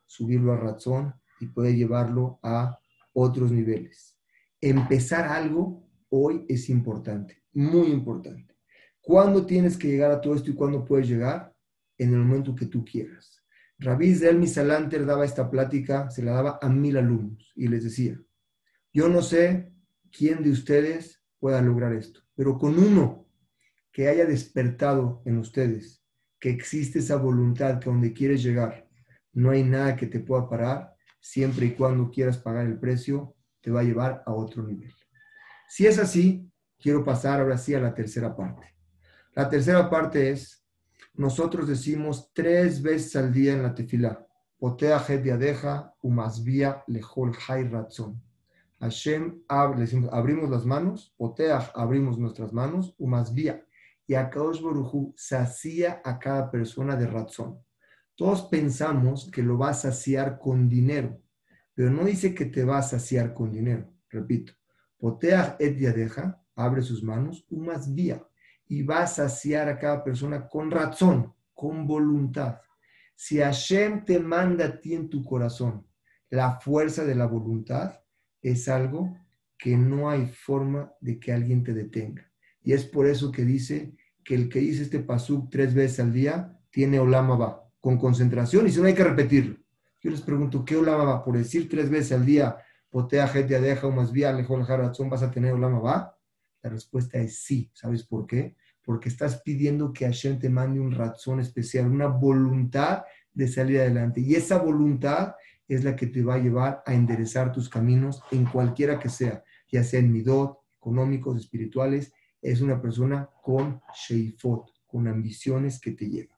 subirlo a razón y poder llevarlo a otros niveles. Empezar algo hoy es importante, muy importante. ¿Cuándo tienes que llegar a todo esto y cuándo puedes llegar? En el momento que tú quieras. Rabbi Israel Misalanter daba esta plática, se la daba a 1000 alumnos y les decía, yo no sé quién de ustedes pueda lograr esto, pero con uno que haya despertado en ustedes, que existe esa voluntad que donde quieres llegar, no hay nada que te pueda parar, siempre y cuando quieras pagar el precio, te va a llevar a otro nivel. Si es así, quiero pasar ahora sí a la tercera parte. La tercera parte es, nosotros decimos 3 veces al día en la tefilá, Potea het yadeja umasvia lejol hay ratzon. Hashem, abrimos las manos, Potea, abrimos nuestras manos, umasvia, y a Kadosh Baruj Hu sacía a cada persona de razón. Todos pensamos que lo va a saciar con dinero, pero no dice que te va a saciar con dinero. Repito, Potea et yadeja, abre sus manos, umasvia, y va a saciar a cada persona con razón, con voluntad. Si Hashem te manda a ti en tu corazón la fuerza de la voluntad, es algo que no hay forma de que alguien te detenga. Y es por eso que dice que el que dice este pasuk 3 veces al día tiene Olam Haba, con concentración, y si no hay que repetirlo. Yo les pregunto, ¿qué Olam Haba? Por decir 3 veces al día, Potea, Hetia, Deja, Umasvia, Lejol, Haratzón, ¿vas a tener Olam Haba? La respuesta es sí. ¿Sabes por qué? Porque estás pidiendo que Hashem te mande un razón especial, una voluntad de salir adelante. Y esa voluntad es la que te va a llevar a enderezar tus caminos en cualquiera que sea, ya sea en midot, económicos, espirituales. Es una persona con sheifot, con ambiciones que te llevan.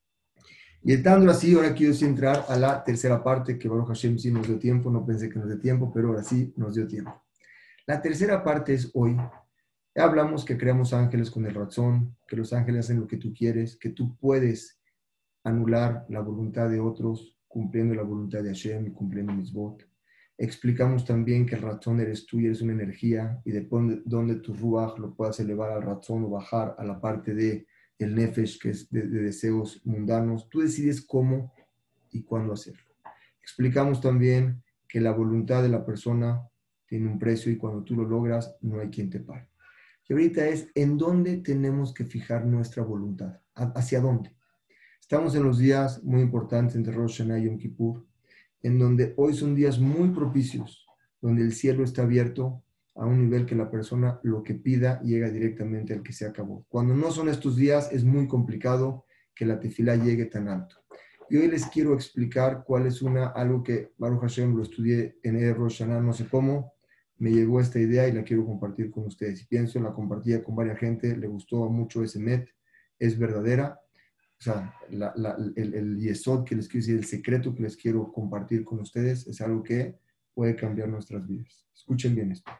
Y estando así, ahora quiero entrar a la tercera parte, que Baruch Hashem sí nos dio tiempo, no pensé que nos dio tiempo, pero ahora sí nos dio tiempo. La tercera parte es hoy. Ya hablamos que creamos ángeles con el razón, que los ángeles hacen lo que tú quieres, que tú puedes anular la voluntad de otros cumpliendo la voluntad de Hashem y cumpliendo mitzvot. Explicamos también que el razón eres tú y eres una energía y depende de dónde tu ruach lo puedas elevar al razón o bajar a la parte de el nefesh, que es de deseos mundanos. Tú decides cómo y cuándo hacerlo. Explicamos también que la voluntad de la persona tiene un precio y cuando tú lo logras no hay quien te pare. Y ahorita es en dónde tenemos que fijar nuestra voluntad, hacia dónde. Estamos en los días muy importantes entre Rosh Hashanah y Yom Kippur, en donde hoy son días muy propicios, donde el cielo está abierto a un nivel que la persona lo que pida llega directamente al que se acabó. Cuando no son estos días es muy complicado que la tefilá llegue tan alto. Y hoy les quiero explicar cuál es algo que Baruch Hashem lo estudié en el Rosh Hashanah, no sé cómo, me llegó esta idea y la quiero compartir con ustedes. Y pienso, la compartía con varias gente, le gustó mucho ese met, es verdadera. O sea, el yesod que les quiero decir, el secreto que les quiero compartir con ustedes es algo que puede cambiar nuestras vidas. Escuchen bien esto.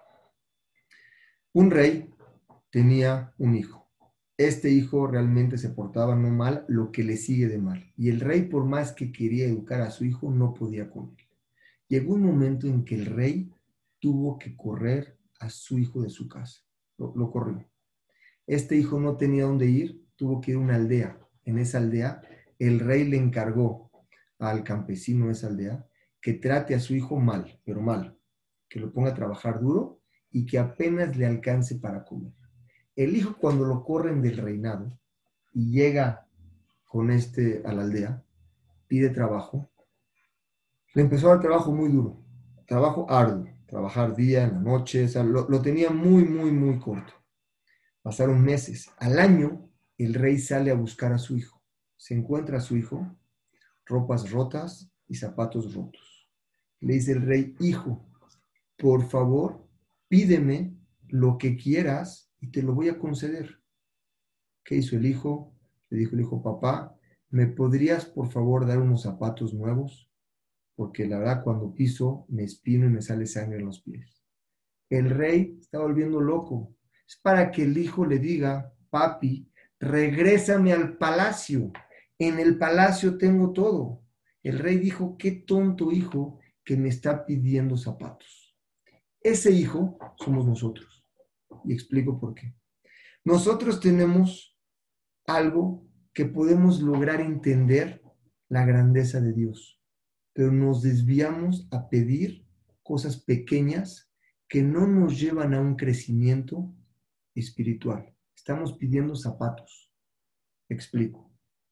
Un rey tenía un hijo. Este hijo realmente se portaba no mal, lo que le sigue de mal. Y el rey, por más que quería educar a su hijo, no podía con él. Llegó un momento en que el rey tuvo que correr a su hijo de su casa. Lo corrió. Este hijo no tenía dónde ir, tuvo que ir a una aldea. En esa aldea, el rey le encargó al campesino de esa aldea que trate a su hijo mal, pero mal, que lo ponga a trabajar duro y que apenas le alcance para comer. El hijo, cuando lo corren del reinado y llega con a la aldea, pide trabajo, le empezó a dar trabajo muy duro, trabajo arduo, trabajar día, en la noche, o sea, lo tenía muy, muy, muy corto. Pasaron meses. Al año, el rey sale a buscar a su hijo. Se encuentra a su hijo, ropas rotas y zapatos rotos. Le dice el rey, hijo, por favor, pídeme lo que quieras y te lo voy a conceder. ¿Qué hizo el hijo? Le dijo el hijo, papá, ¿me podrías por favor dar unos zapatos nuevos? Porque la verdad cuando piso me espino y me sale sangre en los pies. El rey está volviendo loco. Es para que el hijo le diga, papi, regrésame al palacio. En el palacio tengo todo. El rey dijo, qué tonto hijo que me está pidiendo zapatos. Ese hijo somos nosotros. Y explico por qué. Nosotros tenemos algo que podemos lograr entender la grandeza de Dios. pero nos desviamos a pedir cosas pequeñas que no nos llevan a un crecimiento espiritual. Estamos pidiendo zapatos. Explico.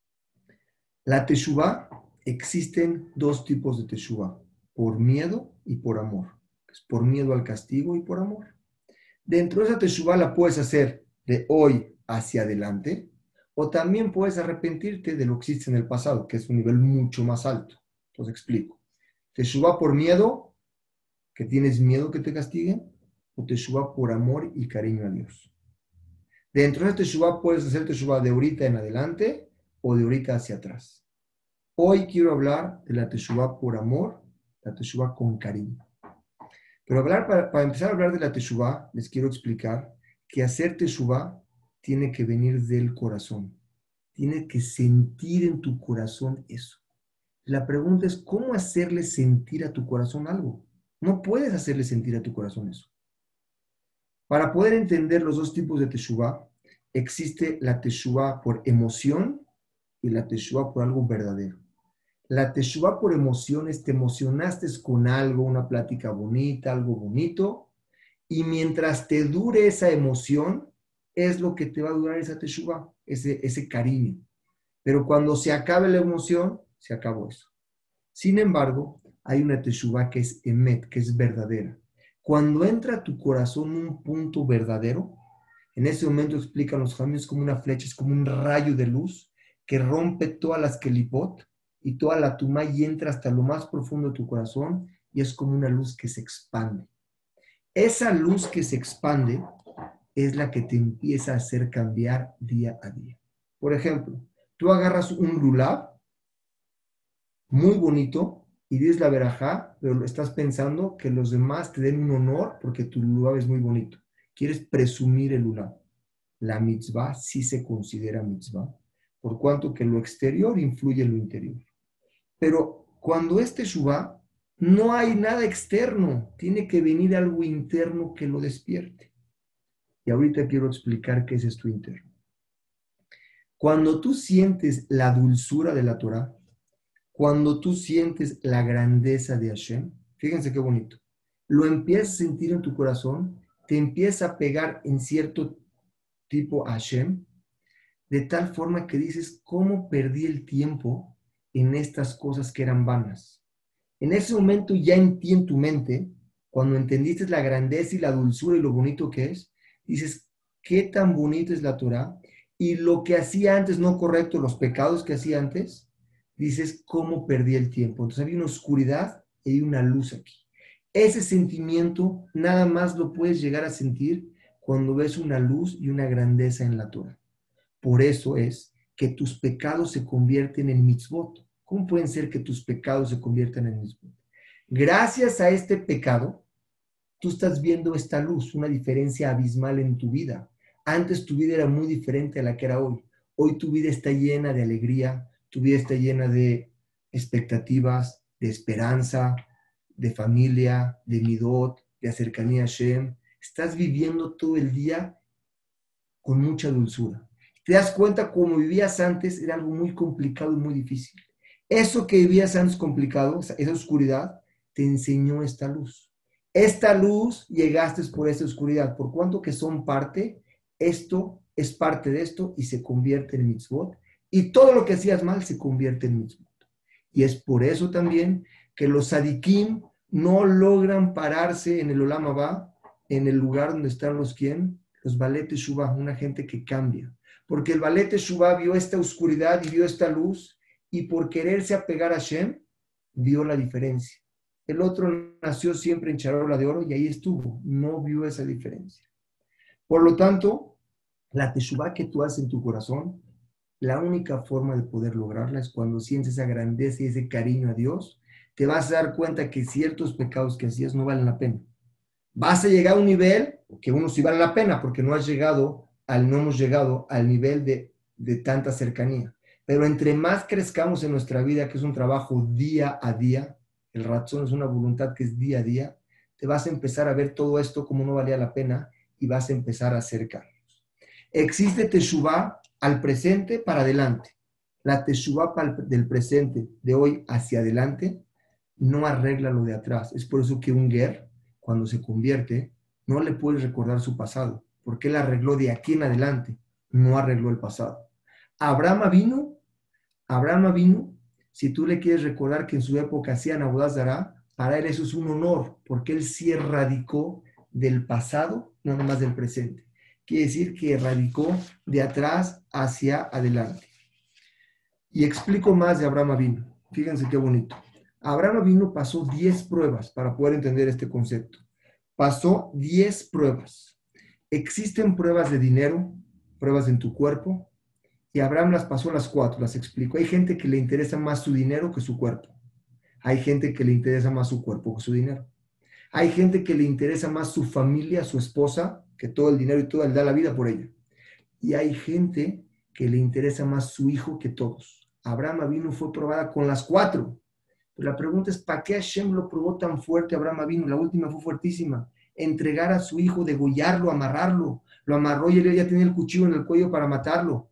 La teshuvá, existen dos tipos de teshuvá, por miedo y por amor. Es por miedo al castigo y por amor. Dentro de esa teshuvá la puedes hacer de hoy hacia adelante, o también puedes arrepentirte de lo que hiciste en el pasado, que es un nivel mucho más alto. Entonces explico. Teshuvá por miedo, que tienes miedo que te castiguen, o teshuvá por amor y cariño a Dios. Dentro de esa teshuvá puedes hacer teshuvá de ahorita en adelante o de ahorita hacia atrás. Hoy quiero hablar de la teshuvá por amor, la teshuvá con cariño. Pero para empezar a hablar de la teshuvá, les quiero explicar que hacer teshuvá tiene que venir del corazón. Tiene que sentir en tu corazón eso. La pregunta es, ¿cómo hacerle sentir a tu corazón algo? No puedes hacerle sentir a tu corazón eso. Para poder entender los dos tipos de teshuvá, existe la teshuvá por emoción y la teshuvá por algo verdadero. La teshuvá por emociones, te emocionaste con algo, una plática bonita, algo bonito, y mientras te dure esa emoción, es lo que te va a durar esa teshuvá, ese cariño. Pero cuando se acabe la emoción, se acabó eso. Sin embargo, hay una teshuvá que es emet, que es verdadera. Cuando entra a tu corazón un punto verdadero, en ese momento explican los jamios como una flecha, es como un rayo de luz que rompe todas las kelipot y toda la tumá y entra hasta lo más profundo de tu corazón y es como una luz que se expande. Esa luz que se expande es la que te empieza a hacer cambiar día a día. Por ejemplo, tú agarras un lulav muy bonito y dices la verajá, pero estás pensando que los demás te den un honor porque tu lulav es muy bonito. Quieres presumir el lulav. La mitzvah sí se considera mitzvah, por cuanto que lo exterior influye en lo interior. Pero cuando es teshuvá, no hay nada externo, tiene que venir algo interno que lo despierte. Y ahorita quiero explicar qué es esto interno. Cuando tú sientes la dulzura de la Torah, cuando tú sientes la grandeza de Hashem, fíjense qué bonito, lo empiezas a sentir en tu corazón, te empieza a pegar en cierto tipo a Hashem, de tal forma que dices, ¿cómo perdí el tiempo en estas cosas que eran vanas? En ese momento ya en tu mente, cuando entendiste la grandeza y la dulzura y lo bonito que es, dices, ¿qué tan bonita es la Torah? Y lo que hacía antes no correcto, los pecados que hacía antes, dices, ¿cómo perdí el tiempo? Entonces había una oscuridad y hay una luz aquí. Ese sentimiento nada más lo puedes llegar a sentir cuando ves una luz y una grandeza en la Torah. Por eso es que tus pecados se convierten en mitzvot. ¿Cómo pueden ser que tus pecados se conviertan en mitzvot? Gracias a este pecado, tú estás viendo esta luz, una diferencia abismal en tu vida. Antes tu vida era muy diferente a la que era hoy. Hoy tu vida está llena de alegría, tu vida está llena de expectativas, de esperanza, de familia, de midot, de cercanía a Hashem. Estás viviendo todo el día con mucha dulzura. Te das cuenta cómo vivías antes era algo muy complicado y muy difícil. Eso que vivías antes complicado, esa oscuridad, te enseñó esta luz. Esta luz llegaste por esa oscuridad. Por cuanto que son parte, esto es parte de esto y se convierte en mitzvot. Y todo lo que hacías mal se convierte en mitzvot. Y es por eso también que los sadikim no logran pararse en el Olam Abba, en el lugar donde están los quién, los Balei Teshuvah, una gente que cambia. Porque el Balei Teshuvah vio esta oscuridad y vio esta luz, y por quererse apegar a Hashem, vio la diferencia. El otro nació siempre en charola de oro y ahí estuvo, no vio esa diferencia. Por lo tanto, la Teshuvah que tú haces en tu corazón, la única forma de poder lograrla es cuando sientes esa grandeza y ese cariño a Dios, te vas a dar cuenta que ciertos pecados que hacías no valen la pena. Vas a llegar a un nivel que uno sí vale la pena porque no hemos llegado al nivel de tanta cercanía. Pero entre más crezcamos en nuestra vida, que es un trabajo día a día, el razón es una voluntad que es día a día, te vas a empezar a ver todo esto como no valía la pena y vas a empezar a acercarnos. Existe teshuvá al presente para adelante. La teshuvá del presente, de hoy hacia adelante, no arregla lo de atrás. Es por eso que un ger, cuando se convierte, no le puedes recordar su pasado, porque él arregló de aquí en adelante, no arregló el pasado. Abraham vino, si tú le quieres recordar que en su época hacían Abodá Zará, para él eso es un honor, porque él sí erradicó del pasado, no nomás del presente. Quiere decir que erradicó de atrás hacia adelante. Y explico más de Abraham Avinu. Fíjense qué bonito. Abraham Avinu pasó 10 pruebas para poder entender este concepto. Pasó 10 pruebas. Existen pruebas de dinero, pruebas en tu cuerpo, y Abraham las pasó las 4, las explico. Hay gente que le interesa más su dinero que su cuerpo. Hay gente que le interesa más su cuerpo que su dinero. Hay gente que le interesa más su familia, su esposa, que todo el dinero y todo, él da la vida por ella. Y hay gente que le interesa más su hijo que todos. Abraham Avinu fue probada con las 4. Pero la pregunta es, ¿para qué Hashem lo probó tan fuerte a Abraham Avinu? La última fue fuertísima. Entregar a su hijo, degollarlo, amarrarlo. Lo amarró y él ya tenía el cuchillo en el cuello para matarlo.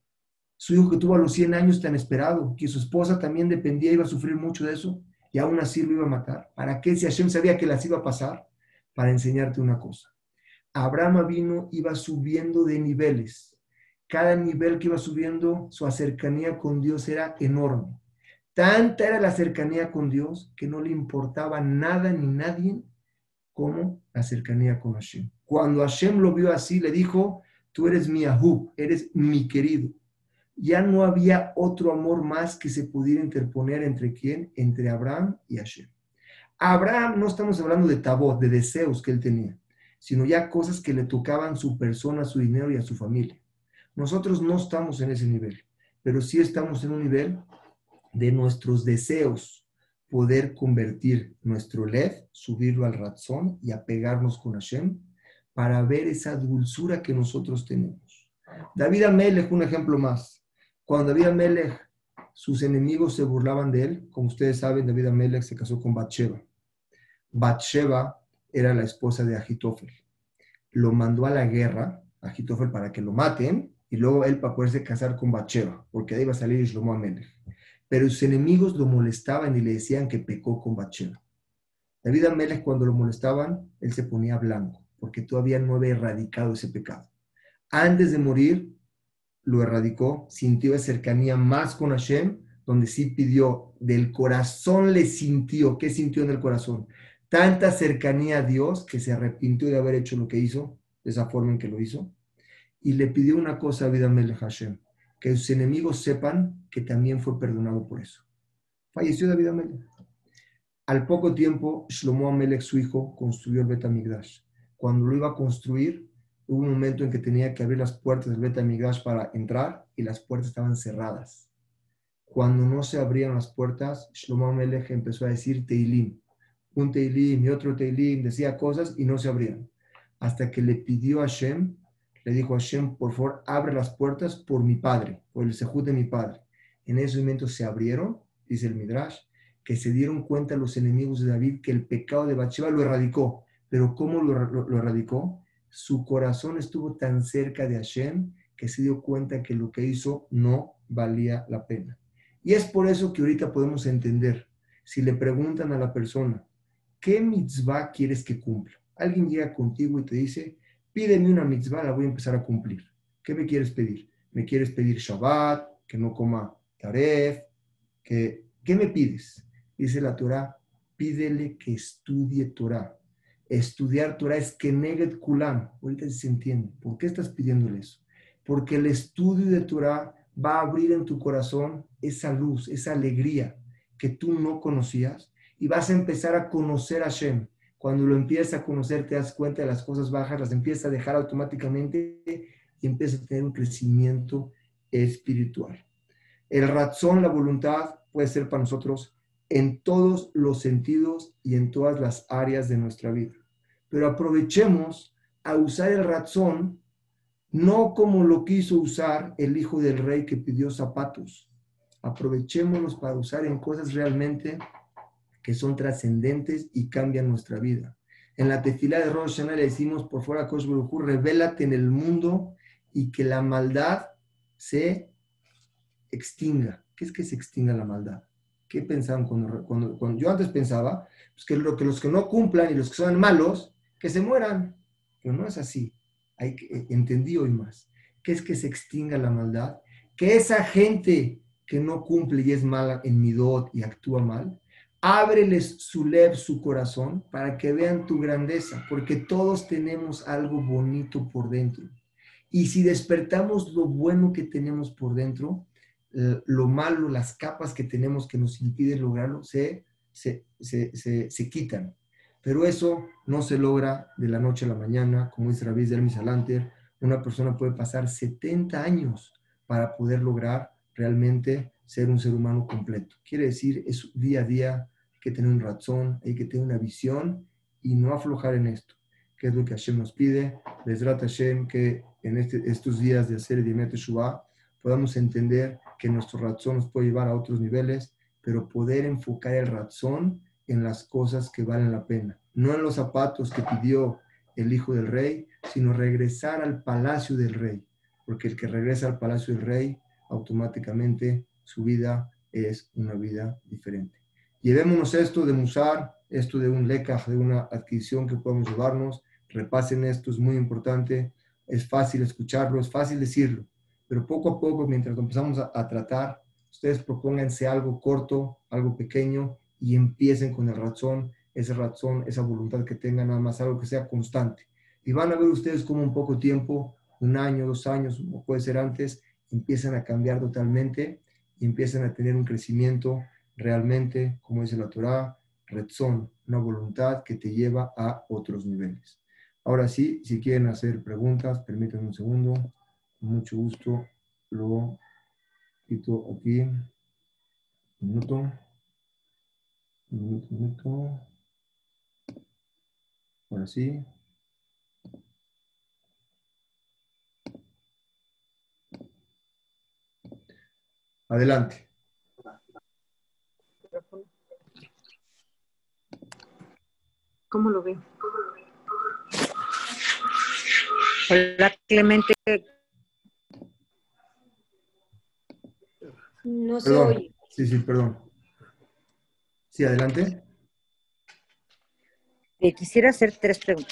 Su hijo que tuvo a los 100 años tan esperado, que su esposa también dependía, iba a sufrir mucho de eso, y aún así lo iba a matar. ¿Para qué? Si Hashem sabía que las iba a pasar, para enseñarte una cosa. Abraham Avinu iba subiendo de niveles. Cada nivel que iba subiendo, su cercanía con Dios era enorme. Tanta era la cercanía con Dios que no le importaba nada ni nadie como la cercanía con Hashem. Cuando Hashem lo vio así, le dijo, tú eres mi Ahub, eres mi querido. Ya no había otro amor más que se pudiera interponer entre quién, entre Abraham y Hashem. A Abraham no estamos hablando de tabot, de deseos que él tenía, sino ya cosas que le tocaban su persona, su dinero y a su familia. Nosotros no estamos en ese nivel, pero sí estamos en un nivel de nuestros deseos, poder convertir nuestro led, subirlo al razón y apegarnos con Hashem para ver esa dulzura que nosotros tenemos. David Amelech, un ejemplo más. Cuando David Amelech, sus enemigos se burlaban de él, como ustedes saben, David Amelech se casó con Batsheba. Batsheba era la esposa de Ahitofel. Lo mandó a la guerra, Ahitofel, para que lo maten, y luego él para poderse casar con Batsheba, porque ahí iba a salir Shlomo Amelech. Pero sus enemigos lo molestaban y le decían que pecó con Batsheba. David Amelech, cuando lo molestaban, él se ponía blanco, porque todavía no había erradicado ese pecado. Antes de morir, lo erradicó, sintió esa cercanía más con Hashem, donde sí pidió, del corazón le sintió. ¿Qué sintió en el corazón? Tanta cercanía a Dios que se arrepintió de haber hecho lo que hizo, de esa forma en que lo hizo, y le pidió una cosa a David Amelech Hashem, que sus enemigos sepan que también fue perdonado por eso. Falleció David Amelech. Al poco tiempo, Shlomo Amelech, su hijo, construyó el Bet HaMikdash. Cuando lo iba a construir, hubo un momento en que tenía que abrir las puertas del Bet HaMikdash para entrar y las puertas estaban cerradas. Cuando no se abrían las puertas, Shlomo Amelech empezó a decir Teilim. Un Teilim y otro Teilim, decía cosas y no se abrían. Hasta que le pidió a Hashem, le dijo a Hashem, por favor, abre las puertas por mi padre, por el sejud de mi padre. En ese momento se abrieron, dice el Midrash, que se dieron cuenta los enemigos de David que el pecado de Batsheba lo erradicó. Pero ¿cómo lo erradicó? Su corazón estuvo tan cerca de Hashem que se dio cuenta que lo que hizo no valía la pena. Y es por eso que ahorita podemos entender, si le preguntan a la persona, ¿qué mitzvah quieres que cumpla? Alguien llega contigo y te dice, pídeme una mitzvah, la voy a empezar a cumplir. ¿Qué me quieres pedir? ¿Me quieres pedir Shabbat, que no coma taref? ¿Qué me pides? Dice la Torah, pídele que estudie Torah. Estudiar Torah es Keneged Kulam. Ahorita sí se entiende. ¿Por qué estás pidiéndole eso? Porque el estudio de Torah va a abrir en tu corazón esa luz, esa alegría que tú no conocías y vas a empezar a conocer a Hashem. Cuando lo empiezas a conocer, te das cuenta de las cosas bajas, las empiezas a dejar automáticamente y empiezas a tener un crecimiento espiritual. El razón, la voluntad, puede ser para nosotros en todos los sentidos y en todas las áreas de nuestra vida. Pero aprovechemos a usar el razón no como lo quiso usar el hijo del rey que pidió zapatos. Aprovechémoslos para usar en cosas realmente que son trascendentes y cambian nuestra vida. En la tefilá de Rosh Hashanah le decimos, por fuera, Kosh Baruj Hu, revélate en el mundo y que la maldad se extinga. ¿Qué es que se extinga la maldad? ¿Qué pensaban cuando yo antes pensaba? Pues que los que no cumplan y los que son malos, que se mueran. Pero no es así. Entendí hoy más. Que es que se extinga la maldad. Que esa gente que no cumple y es mala en midot y actúa mal, ábreles su lev, su corazón, para que vean tu grandeza, porque todos tenemos algo bonito por dentro. Y si despertamos lo bueno que tenemos por dentro, lo malo, las capas que tenemos que nos impiden lograrlo, se quitan. Pero eso no se logra de la noche a la mañana, como dice Rabbi Zermi Salanter. Una persona puede pasar 70 años para poder lograr realmente ser un ser humano completo. Quiere decir, es día a día, hay que tener un razón, hay que tener una visión y no aflojar en esto, que es lo que Hashem nos pide. Bezrat Hashem, que en estos días de hacer el Yemet Teshuvah podamos entender que nuestro razón nos puede llevar a otros niveles, pero poder enfocar el razón en las cosas que valen la pena, no en los zapatos que pidió el hijo del rey, sino regresar al palacio del rey, porque el que regresa al palacio del rey, automáticamente su vida es una vida diferente. Llevémonos esto de Musar, esto de un lekaj, de una adquisición que podemos llevarnos. Repasen esto, es muy importante. Es fácil escucharlo, es fácil decirlo, pero poco a poco, mientras empezamos a tratar, ustedes propónganse algo corto, algo pequeño y empiecen con el razón, esa voluntad que tengan, nada más algo que sea constante. Y van a ver ustedes cómo en poco tiempo, 1 año, 2 años, o puede ser antes, empiezan a cambiar totalmente y empiezan a tener un crecimiento realmente, como dice la Torá, retzón, una voluntad que te lleva a otros niveles. Ahora sí, si quieren hacer preguntas, permítanme un segundo. Con mucho gusto lo quito aquí. Un minuto. Un minuto. Ahora sí. Adelante. ¿Cómo lo veo? Hola, Clemente. No se Perdón. oye. Sí, perdón. Sí, adelante. Quisiera hacer 3 preguntas.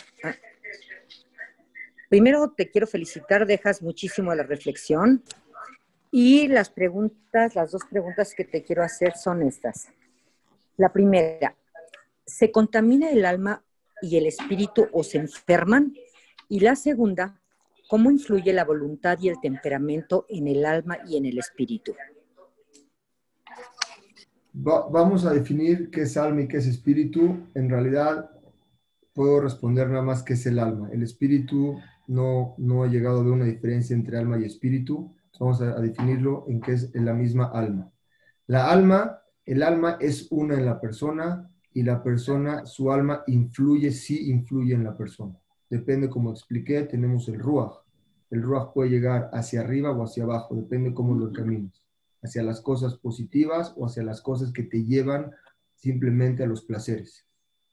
Primero, te quiero felicitar, dejas muchísimo a la reflexión. Y las 2 preguntas que te quiero hacer son estas. La primera, ¿se contamina el alma y el espíritu o se enferman? Y la segunda, ¿cómo influye la voluntad y el temperamento en el alma y en el espíritu? Vamos a definir qué es alma y qué es espíritu. En realidad, puedo responder nada más qué es el alma. El espíritu no ha llegado a ver una diferencia entre alma y espíritu. Vamos a definirlo en qué es la misma alma. El alma es una en la persona y la persona, su alma sí influye en la persona. Depende, como expliqué, tenemos el ruaj. El ruaj puede llegar hacia arriba o hacia abajo, depende cómo lo encamines. Hacia las cosas positivas o hacia las cosas que te llevan simplemente a los placeres.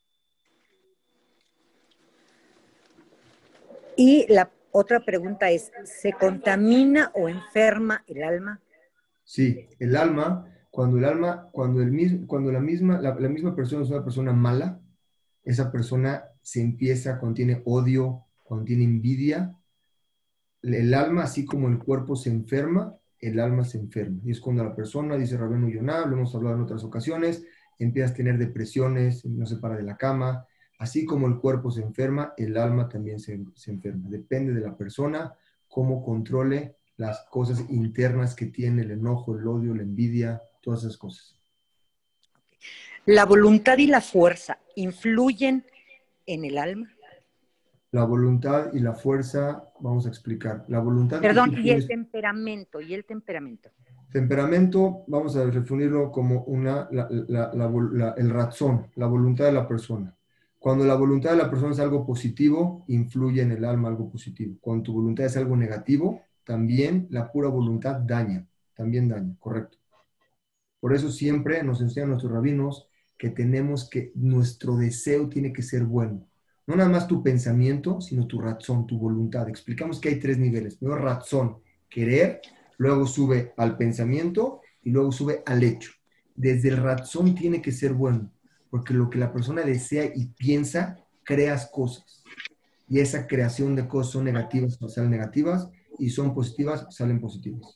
Y la otra pregunta es, ¿se contamina o enferma el alma? Sí, el alma, cuando la misma persona es una persona mala, esa persona contiene odio, contiene envidia. El alma, así como el cuerpo se enferma, el alma se enferma. Y es cuando la persona, dice Rabenu Yonah, lo hemos hablado en otras ocasiones, empieza a tener depresiones, no se para de la cama. Así como el cuerpo se enferma, el alma también se enferma. Depende de la persona cómo controle las cosas internas que tiene, el enojo, el odio, la envidia, todas esas cosas. ¿La voluntad y la fuerza influyen en el alma? La voluntad y la fuerza, vamos a explicar. La voluntad que Perdón, tú y el tienes. temperamento, Temperamento, vamos a definirlo como el razón, la voluntad de la persona. Cuando la voluntad de la persona es algo positivo, influye en el alma algo positivo. Cuando tu voluntad es algo negativo, también la pura voluntad también daña, correcto. Por eso siempre nos enseñan nuestros rabinos que nuestro deseo tiene que ser bueno. No nada más tu pensamiento, sino tu razón, tu voluntad. Explicamos que hay 3 niveles. Primero, razón, querer, luego sube al pensamiento y luego sube al hecho. desde el razón tiene que ser bueno, porque lo que la persona desea y piensa, creas cosas. Y esa creación de cosas son negativas, salen negativas, y son positivas, salen positivas.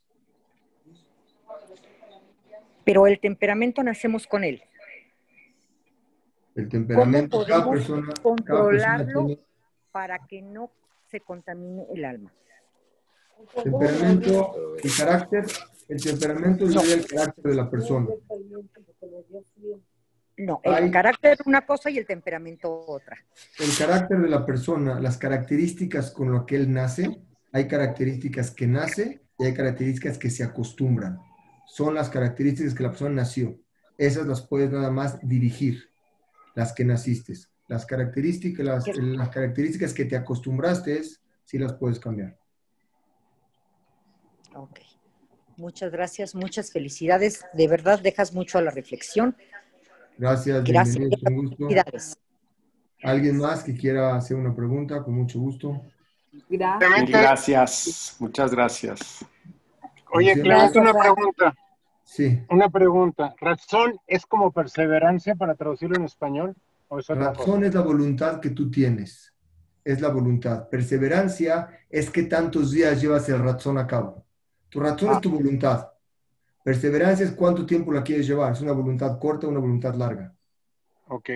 Pero el temperamento nacemos con él. El ¿Cómo temperamento, podemos cada persona controlarlo tiene para que no se contamine el alma? temperamento y carácter. El temperamento es el carácter de la persona. No, el carácter una cosa y el temperamento otra. El carácter de la persona, las características con las que él nace, hay características que nace y hay características que se acostumbran. Son las características que la persona nació. Esas las puedes nada más dirigir, las que naciste. Las características que te acostumbraste, sí las puedes cambiar. Ok. Muchas gracias, muchas felicidades. De verdad, dejas mucho a la reflexión. Gracias, Gracias. bienvenido, con gusto. Felicidades. ¿Alguien más que quiera hacer una pregunta? Con mucho gusto. Gracias. Mil gracias, muchas gracias. Oye, Clemente, una pregunta. Sí. Una pregunta. ¿Razón es como perseverancia para traducirlo en español? ¿O es otra Razón cosa? es la voluntad que tú tienes. Es la voluntad. Perseverancia es que tantos días llevas el razón a cabo. Tu razón es tu voluntad. Perseverancia es cuánto tiempo la quieres llevar. Es una voluntad corta o una voluntad larga. Ok.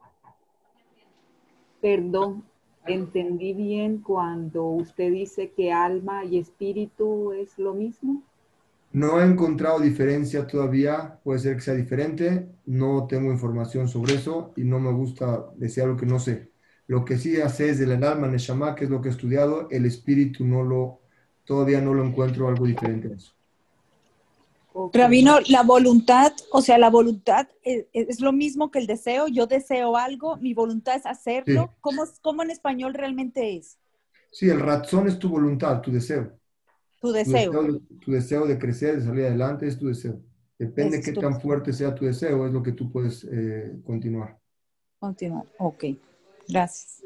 Perdón, ¿entendí bien cuando usted dice que alma y espíritu es lo mismo? No he encontrado diferencia todavía. Puede ser que sea diferente. No tengo información sobre eso y no me gusta decir algo que no sé. Lo que sí sé es del alma, Neshama, que es lo que he estudiado. El espíritu todavía no lo encuentro algo diferente a eso. Okay. Rabino, la voluntad, o sea, la voluntad es lo mismo que el deseo. Yo deseo algo, mi voluntad es hacerlo. Sí. ¿Cómo en español realmente es? Sí, el razón es tu voluntad, tu deseo. Tu deseo. Tu deseo de crecer, de salir adelante, es tu deseo. Depende de qué tan fuerte sea tu deseo, es lo que tú puedes continuar. Continuar, ok. Gracias.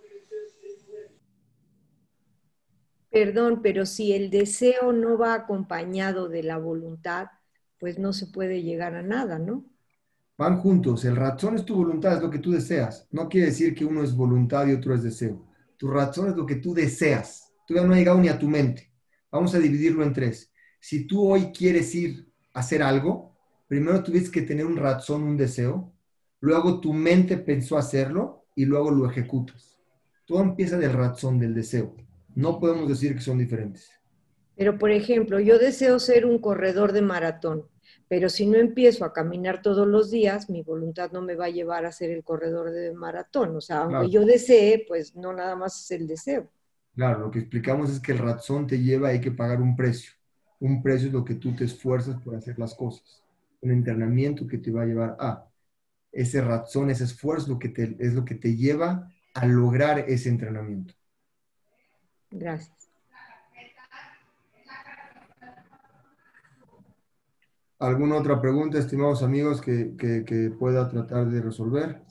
Perdón, pero si el deseo no va acompañado de la voluntad, pues no se puede llegar a nada, ¿no? Van juntos. El razón es tu voluntad, es lo que tú deseas. No quiere decir que uno es voluntad y otro es deseo. Tu razón es lo que tú deseas. Todavía no ha llegado ni a tu mente. Vamos a dividirlo en tres. Si tú hoy quieres ir a hacer algo, primero tuviste que tener un razón, un deseo. Luego tu mente pensó hacerlo y luego lo ejecutas. Todo empieza del razón, del deseo. No podemos decir que son diferentes. Pero, por ejemplo, yo deseo ser un corredor de maratón, pero si no empiezo a caminar todos los días, mi voluntad no me va a llevar a ser el corredor de maratón. O sea, aunque yo desee, pues no nada más es el deseo. Claro, lo que explicamos es que el razón te lleva, hay que pagar un precio. Un precio es lo que tú te esfuerzas por hacer las cosas. Un entrenamiento que te va a llevar a ese razón, ese esfuerzo es lo que te lleva a lograr ese entrenamiento. Gracias. ¿Alguna otra pregunta, estimados amigos, que pueda tratar de resolver?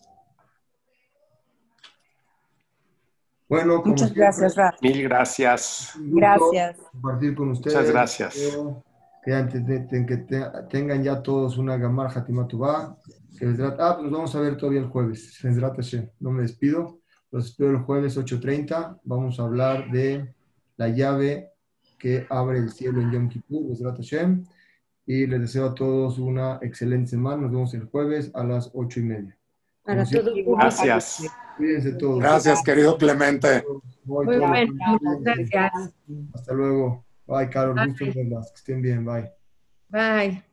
Bueno, como muchas siempre, gracias, Raf. Mil gracias. Gracias. Compartir con ustedes. Muchas gracias. Que tengan ya todos una Gamar Hatimatubá. Pues nos vamos a ver todavía el jueves. No me despido. Los espero el jueves 8:30. Vamos a hablar de la llave que abre el cielo en Yom Kippur. Y les deseo a todos una excelente semana. Nos vemos el jueves a las 8:30. Para todo. Gracias. Cuídense todos. Gracias, querido Clemente. Muy bueno, muchas gracias. Hasta luego. Bye, Carol. Gusto en verlas. Que estén bien. Bye. Bye.